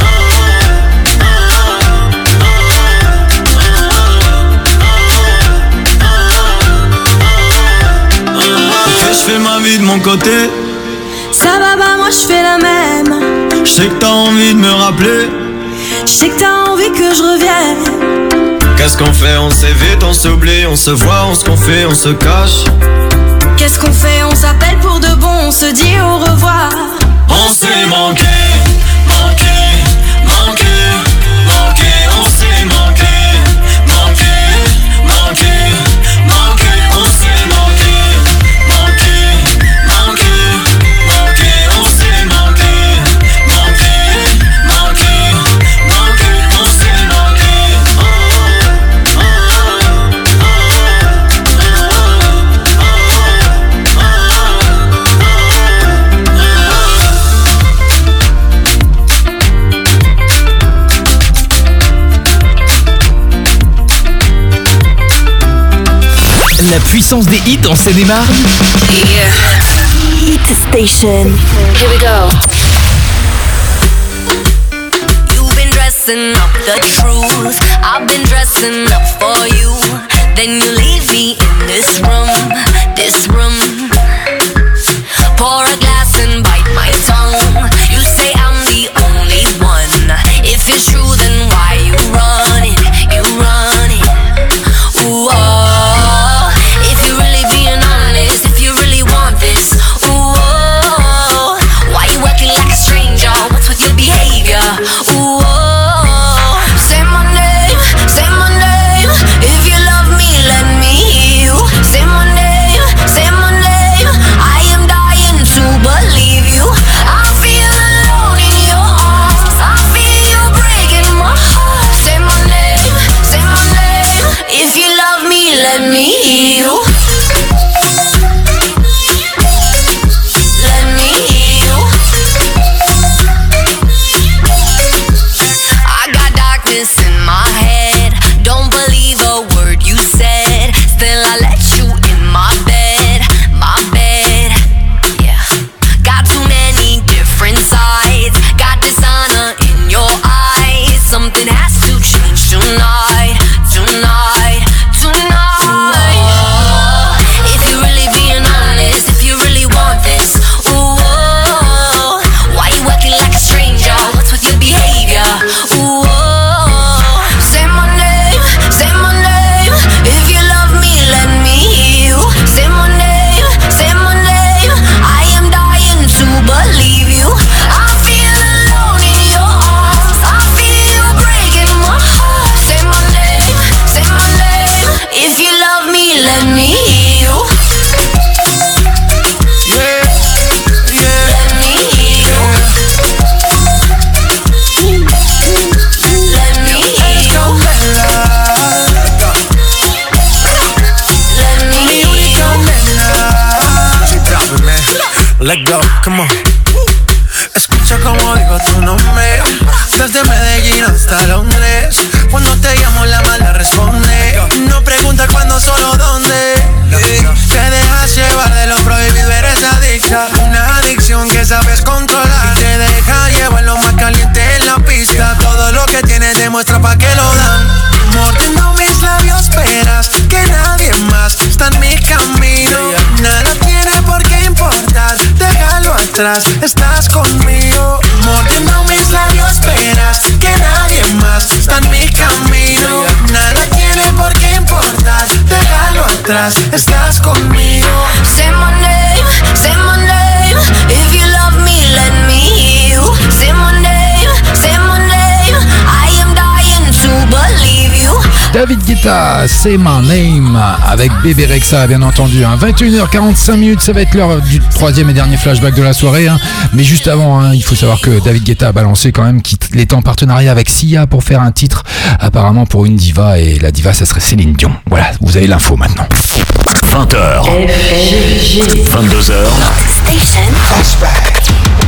Ok, je fais ma vie de mon côté. Ça va pas, moi je fais la même. Je sais que t'as envie de me rappeler. Je sais que t'as envie que je revienne. Qu'est-ce qu'on fait? On s'évite, on s'oublie, on se voit, on se confie, on se cache. Qu'est-ce qu'on fait? On s'appelle pour de bon, on se dit au revoir. On s'est manqué, manqué, manqué, manqué. On s'est manqué, manqué, manqué, manqué. On s'est manqué, manqué, manqué, manqué. On s'est manqué, manqué, manqué, manqué. On s'est manqué. La puissance des hits en Seine-et-Marne. Yeah. Hit Station. Here we go. You've been dressing up the truth. I've been dressing up for you. Then you leave me in this room, this room. Pour a glass and bite my tongue. You say I'm the only one. If it's true, then why you running? You running? Ooh, oh. If you're really being honest, if you really want this, ooh, oh. Why you acting like a stranger? What's with your behavior? Ooh, oh. Say my name, say my name. If you love me, let me hear you. Say my name, say my name. I am dying to believe you. I feel alone in your arms. I feel you breaking my heart. Say my name, say my name. If you love me, let me hear you. Let me hear you. I got darkness in my head. Don't believe a word you said. Still I let you in my bed, my bed. Yeah. Got too many different sides. Got dishonor in your eyes. Something has to change tonight, tonight, tonight. Ooh, if you're really being honest, if you really want this, ooh, why you acting like a stranger? What's with your behavior? Ooh, say my name, say my name. If you love me, let me hear you. Say my name, say my name. I am dying to believe you. I feel alone in your arms. I feel you breaking my heart. Say my name, say my name. If you love me, let me hear you. Yeah, yeah. Let me hear you. Let me hear you. Let me hear you. Let go, come on. Escucha como digo tu nombre. Desde Medellín hasta Londres. Cuando te llamo la mala responde. No pregunta cuándo, solo dónde. Te dejas llevar de lo prohibido, eres adicta. Una adicción que sabes controlar. Y te deja llevar lo más caliente en la pista. Todo lo que tienes demuestra pa' que lo dan. Mordiendo mis labios, esperas que nadie más está en mi camino. Nada tiene por qué importar, déjalo atrás, estás conmigo. Mordiendo mis labios, esperas que nadie más está en mi camino. Nada tiene por qué importar, déjalo atrás, estás conmigo. Say my name, say my name. If you love me, let me hear you. Say my name, say my name. I am dying to believe you. David Guetta, Say My Name, avec Bébé Rexha, bien entendu. Hein. vingt et une heures quarante-cinq minutes, ça va être l'heure du troisième et dernier flashback de la soirée. Hein. Mais juste avant, hein, il faut savoir que David Guetta a balancé quand même qu'il était en partenariat avec Sia pour faire un titre, apparemment pour une diva. Et la diva, ça serait Céline Dion. Voilà, vous avez l'info maintenant. vingt heures. vingt-deux heures. Station Flashback.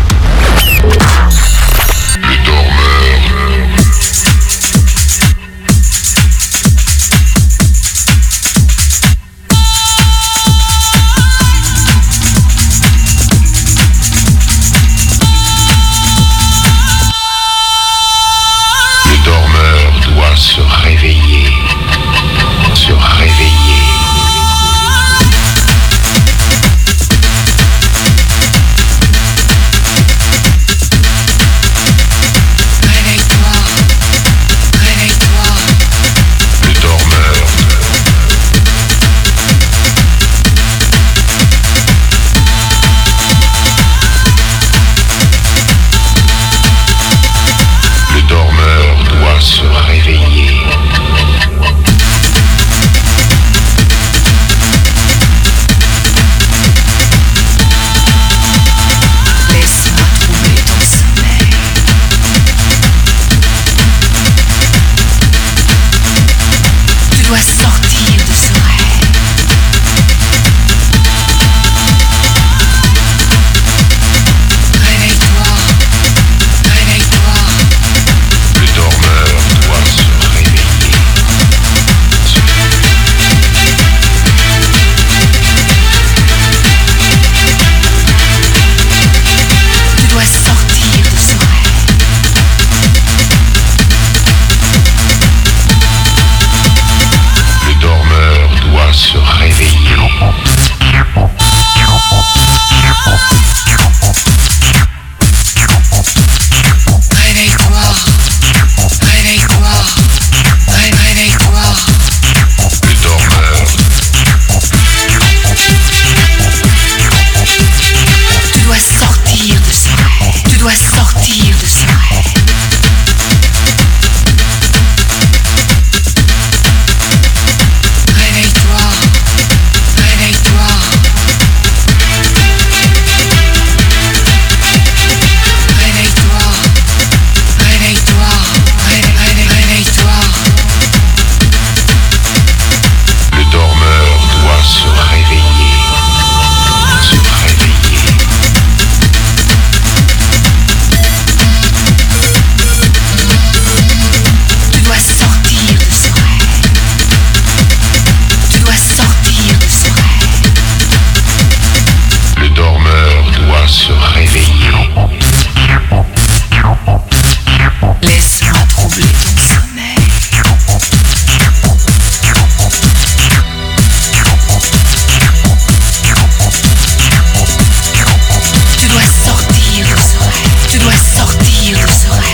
Se réveiller, se réveiller. sortir de ce rêve. Réveille-toi, réveille-toi. Réveille-toi, réveille-toi, réveille, réveille, réveille-toi. Le dormeur doit se réveiller. Se réveiller. Tu dois sortir de ce rêve. Tu dois sortir de ce rêve. Le dormeur doit se réveiller. Laisse-moi troubler ton sommeil. Tu dois sortir de ce rêve. Tu dois sortir de ce rêve.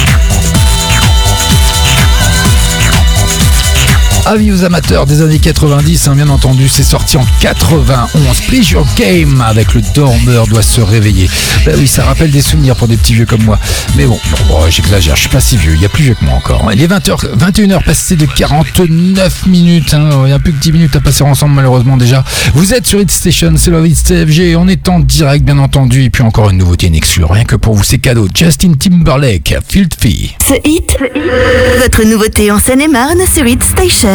Avis aux amateurs des années quatre-vingt-dix, hein, bien entendu, c'est sorti en quatre-vingt-onze. Pleasure Game avec le dormeur doit se réveiller. Bah oui, ça rappelle des souvenirs pour des petits vieux comme moi. Mais bon, bon, bon, j'exagère, je suis pas si vieux, il y a plus vieux que moi encore. Il est vingt heures, vingt et une heures passées de quarante-neuf minutes. Hein, il n'y a plus que dix minutes à passer ensemble malheureusement déjà. Vous êtes sur Hit Station, c'est Love Hit C F G. On est en direct bien entendu. Et puis encore une nouveauté, une exclue. Rien que pour vous, c'est cadeau. Justin Timberlake, Filthy. Ce hit, votre nouveauté en Seine-et-Marne sur Hit Station.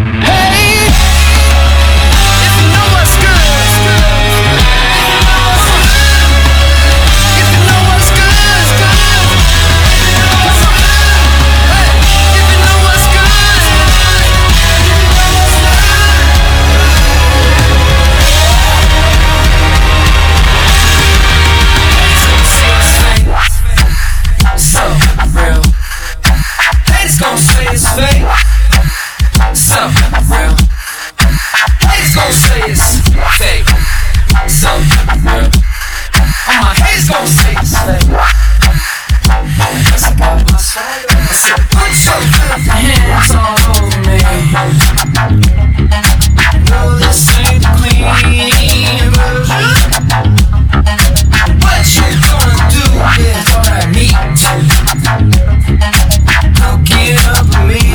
Something real. Haters gon' say it's fake. Something real. All my haters gon' say it's fake. Guess I got my swag. I said, put your filthy hands all over me. No, this ain't the clean version. What you gonna do is all that meat. Hook it up with me.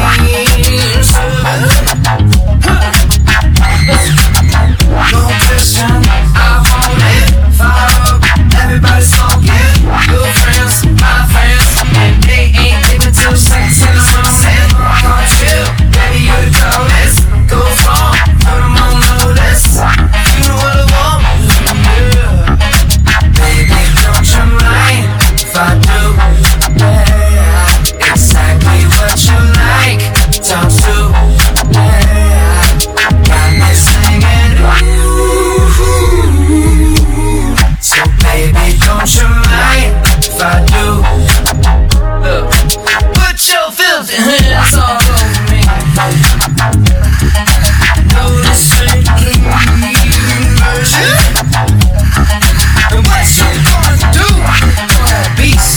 No question, I want it. Fire up, everybody smoke it. Your friends, my friends, they ain't living till sex in the sunset. Come chill, baby, you the coldest. Go from, put them on notice. You know what I want, yeah. Baby, don't you mind if I do? Yeah, exactly what you like. Times two, yeah. Got me singing, ooh. So baby, don't you mind if I do? Look, put your filthy hands all over me. No, this ain't the clean version. And what you gonna do for that beast?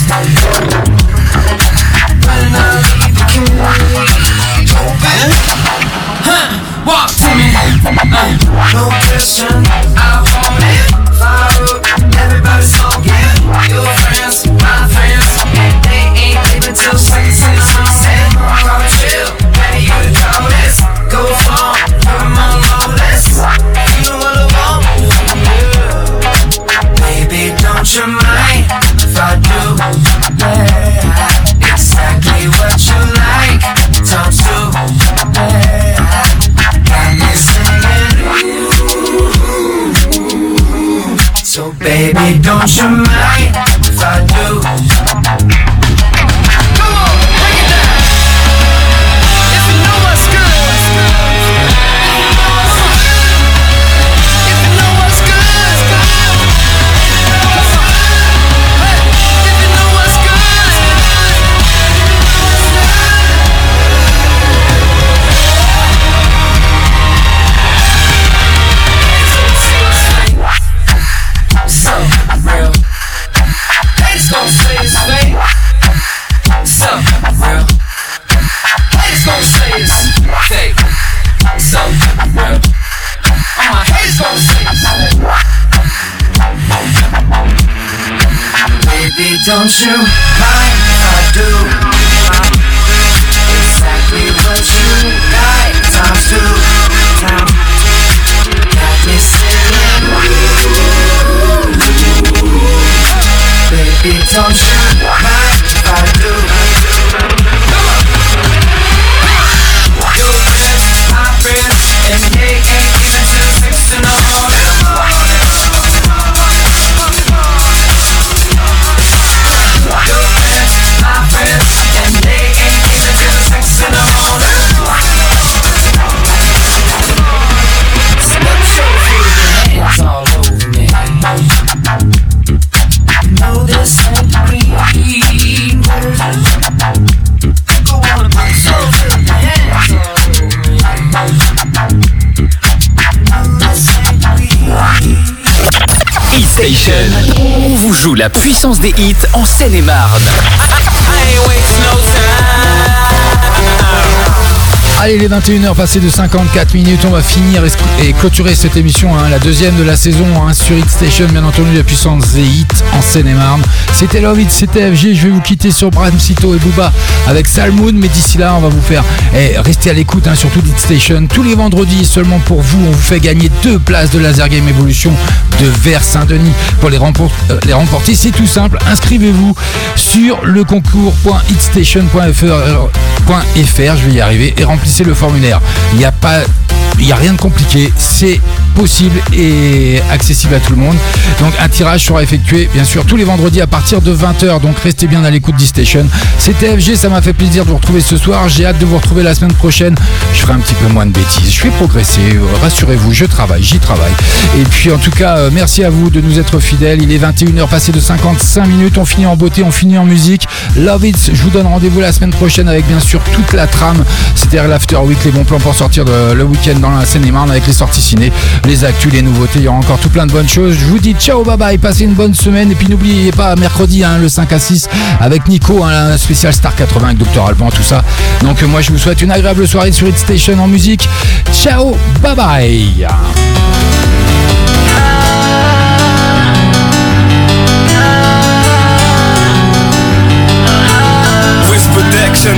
When I leave the cage open, huh? Walk to me, uh, no question, I want it. Fire up, everybody smoke it. Your friends, my friends, they ain't living till seconds in the sunset. Come chill, baby, you the coldest. Go far, put them on low-less. You know what I want, yeah. Baby, don't you mind if I do? Yeah, exactly what you like. Times two, yeah. Got me singing, ooh. So baby, don't you mind if I do? Come on, bring it down. If you know what's good, if you know what's good, hey, if you know what's good. Something real. Haters gon' say it's fake. Something real. Haters gon' say it's fake. Something real. All my haters gon' say it's fake. Baby, Baby, don't you mind if I do exactly what you like times two? Time got me singing. Baby, don't you mind if I do? Your friends, my friends, and they ain't even till six in the morning. Your friends, my friends, and they ain't even till six in the morning. So let me show you the hands all over me. No, this ain't the green version. Go on and put so feel the hands all over me. No, this ain't the green. Hit Station, on vous joue la puissance des hits en Seine-et-Marne. Allez, les vingt et une heures passées de cinquante-quatre minutes, on va finir et clôturer cette émission, hein, la deuxième de la saison, hein, sur Hit Station, bien entendu, la puissance des hits en Seine-et-Marne. C'était Love It, c'était F G, je vais vous quitter sur Bram Sito et Booba avec Salmoon, mais d'ici là, on va vous faire, eh, restez à l'écoute, hein, sur tout Hit Station, tous les vendredis, seulement pour vous, on vous fait gagner deux places de Laser Game Evolution de Vers Saint-Denis. Pour les, rempor- euh, les remporter, c'est tout simple, inscrivez-vous sur le concours point hitstation point f r, je vais y arriver, et remplissez le formulaire. Il n'y a pas, il n'y a rien de compliqué, c'est possible et accessible à tout le monde. Donc un tirage sera effectué bien sûr tous les vendredis à partir de vingt heures, donc restez bien à l'écoute d'E-Station. C'était F G, ça m'a fait plaisir de vous retrouver ce soir, j'ai hâte de vous retrouver la semaine prochaine. Je ferai un petit peu moins de bêtises, je vais progresser, rassurez-vous, je travaille, j'y travaille. Et puis en tout cas, euh, merci à vous de nous être fidèles. Il est vingt et une heures passées de cinquante-cinq minutes, on finit en beauté, on finit en musique. Love It, je vous donne rendez-vous la semaine prochaine avec bien sûr toute la trame, c'est-à-dire l'After Week, les bons plans pour sortir de, le week-end dans la Seine-et-Marne avec les sorties ciné, les actus, les nouveautés, il y aura encore tout plein de bonnes choses. Je vous dis ciao, bye bye, passez une bonne semaine et puis n'oubliez pas mercredi, hein, le cinq à six avec Nico, hein, un spécial Star quatre-vingts avec docteur Alban, tout ça. Donc moi je vous souhaite une agréable soirée sur Hit Station en musique. Ciao, bye bye. Protection.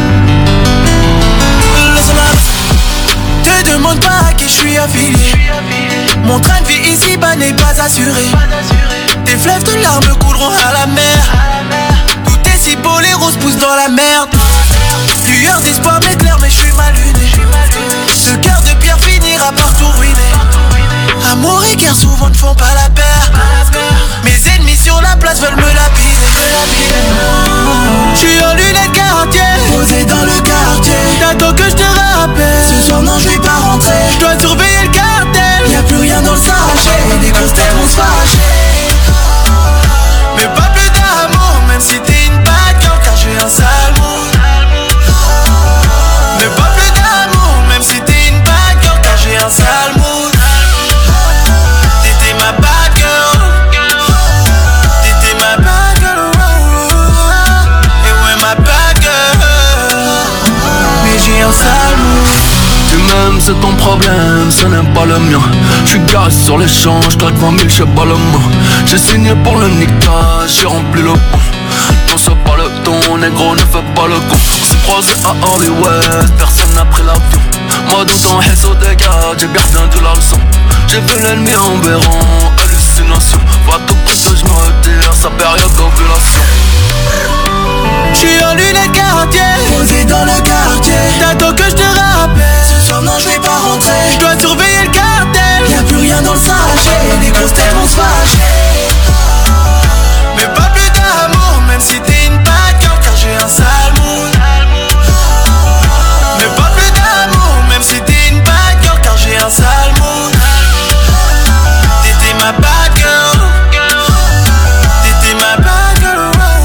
Te demande pas à qui je suis affilié. Mon train de vie ici-bas n'est pas assuré. Tes fleuves de larmes couleront à la mer. Tout est si beau, les roses poussent dans la merde. Lueur d'espoir m'éclaire mais je suis mal luné. Ce cœur de pierre finira par tout ruiner. Amour et guerre souvent ne font pas la paire. Mes ennemis sur la place veulent me lapider. J'suis en lunettes quartier, posé dans le quartier. T'attends que je te rappelle. Ce soir non je vais pas rentrer. Je dois surveiller le cartel. Y'a plus rien dans le sachet. Les grosses têtes vont se fâcher. Mais pas plus d'amour, même si t'es une bad girl, car j'ai un sale mood. Mais pas plus d'amour, même si t'es une bad girl, car j'ai un sale mood. T'étais ma bad girl. T'étais ma bad girl. Et ouais ma bad girl. Mais j'ai un sale mood. Tu m'aimes, c'est ton problème, ce n'est pas le mien. J'suis garé sur les champs, j'claque vingt mille, j'sais pas le mot. J'ai signé pour le niquage, j'ai rempli le pont. Non c'est pas le ton, négro ne fais pas le con. On s'est croisés à Hollywood, personne n'a pris l'avion. Moi dans ton haisse au dégât, j'ai bien retenu la leçon. J'ai vu l'ennemi en béron, hallucination. Va tout près que je me retire, sa période d'ovulation. J'suis en lunettes quartier, posé dans le quartier. T'attends que je te rappelle. Ce soir non je vais pas rentrer. Je dois surveiller le cartel. Y'a plus rien dans le sachet. Les grosses têtes vont se fâcher. Mais pas plus d'amour, même si t'es une bad girl, car j'ai un sale mood. Mais pas plus d'amour, même si t'es une bad girl, car j'ai un sale mood. T'étais ma bad girl. T'étais ma bad girl.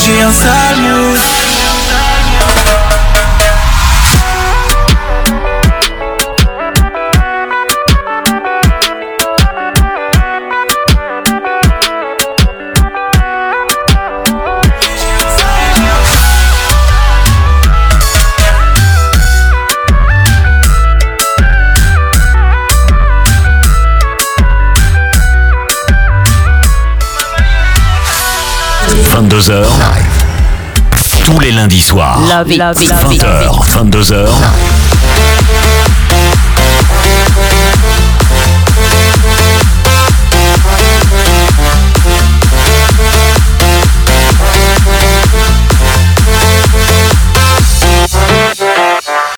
j'ai un sale mood. vingt-deux heures. Tous les lundis soirs. Love it, love it, love it. vingt heures, vingt-deux heures.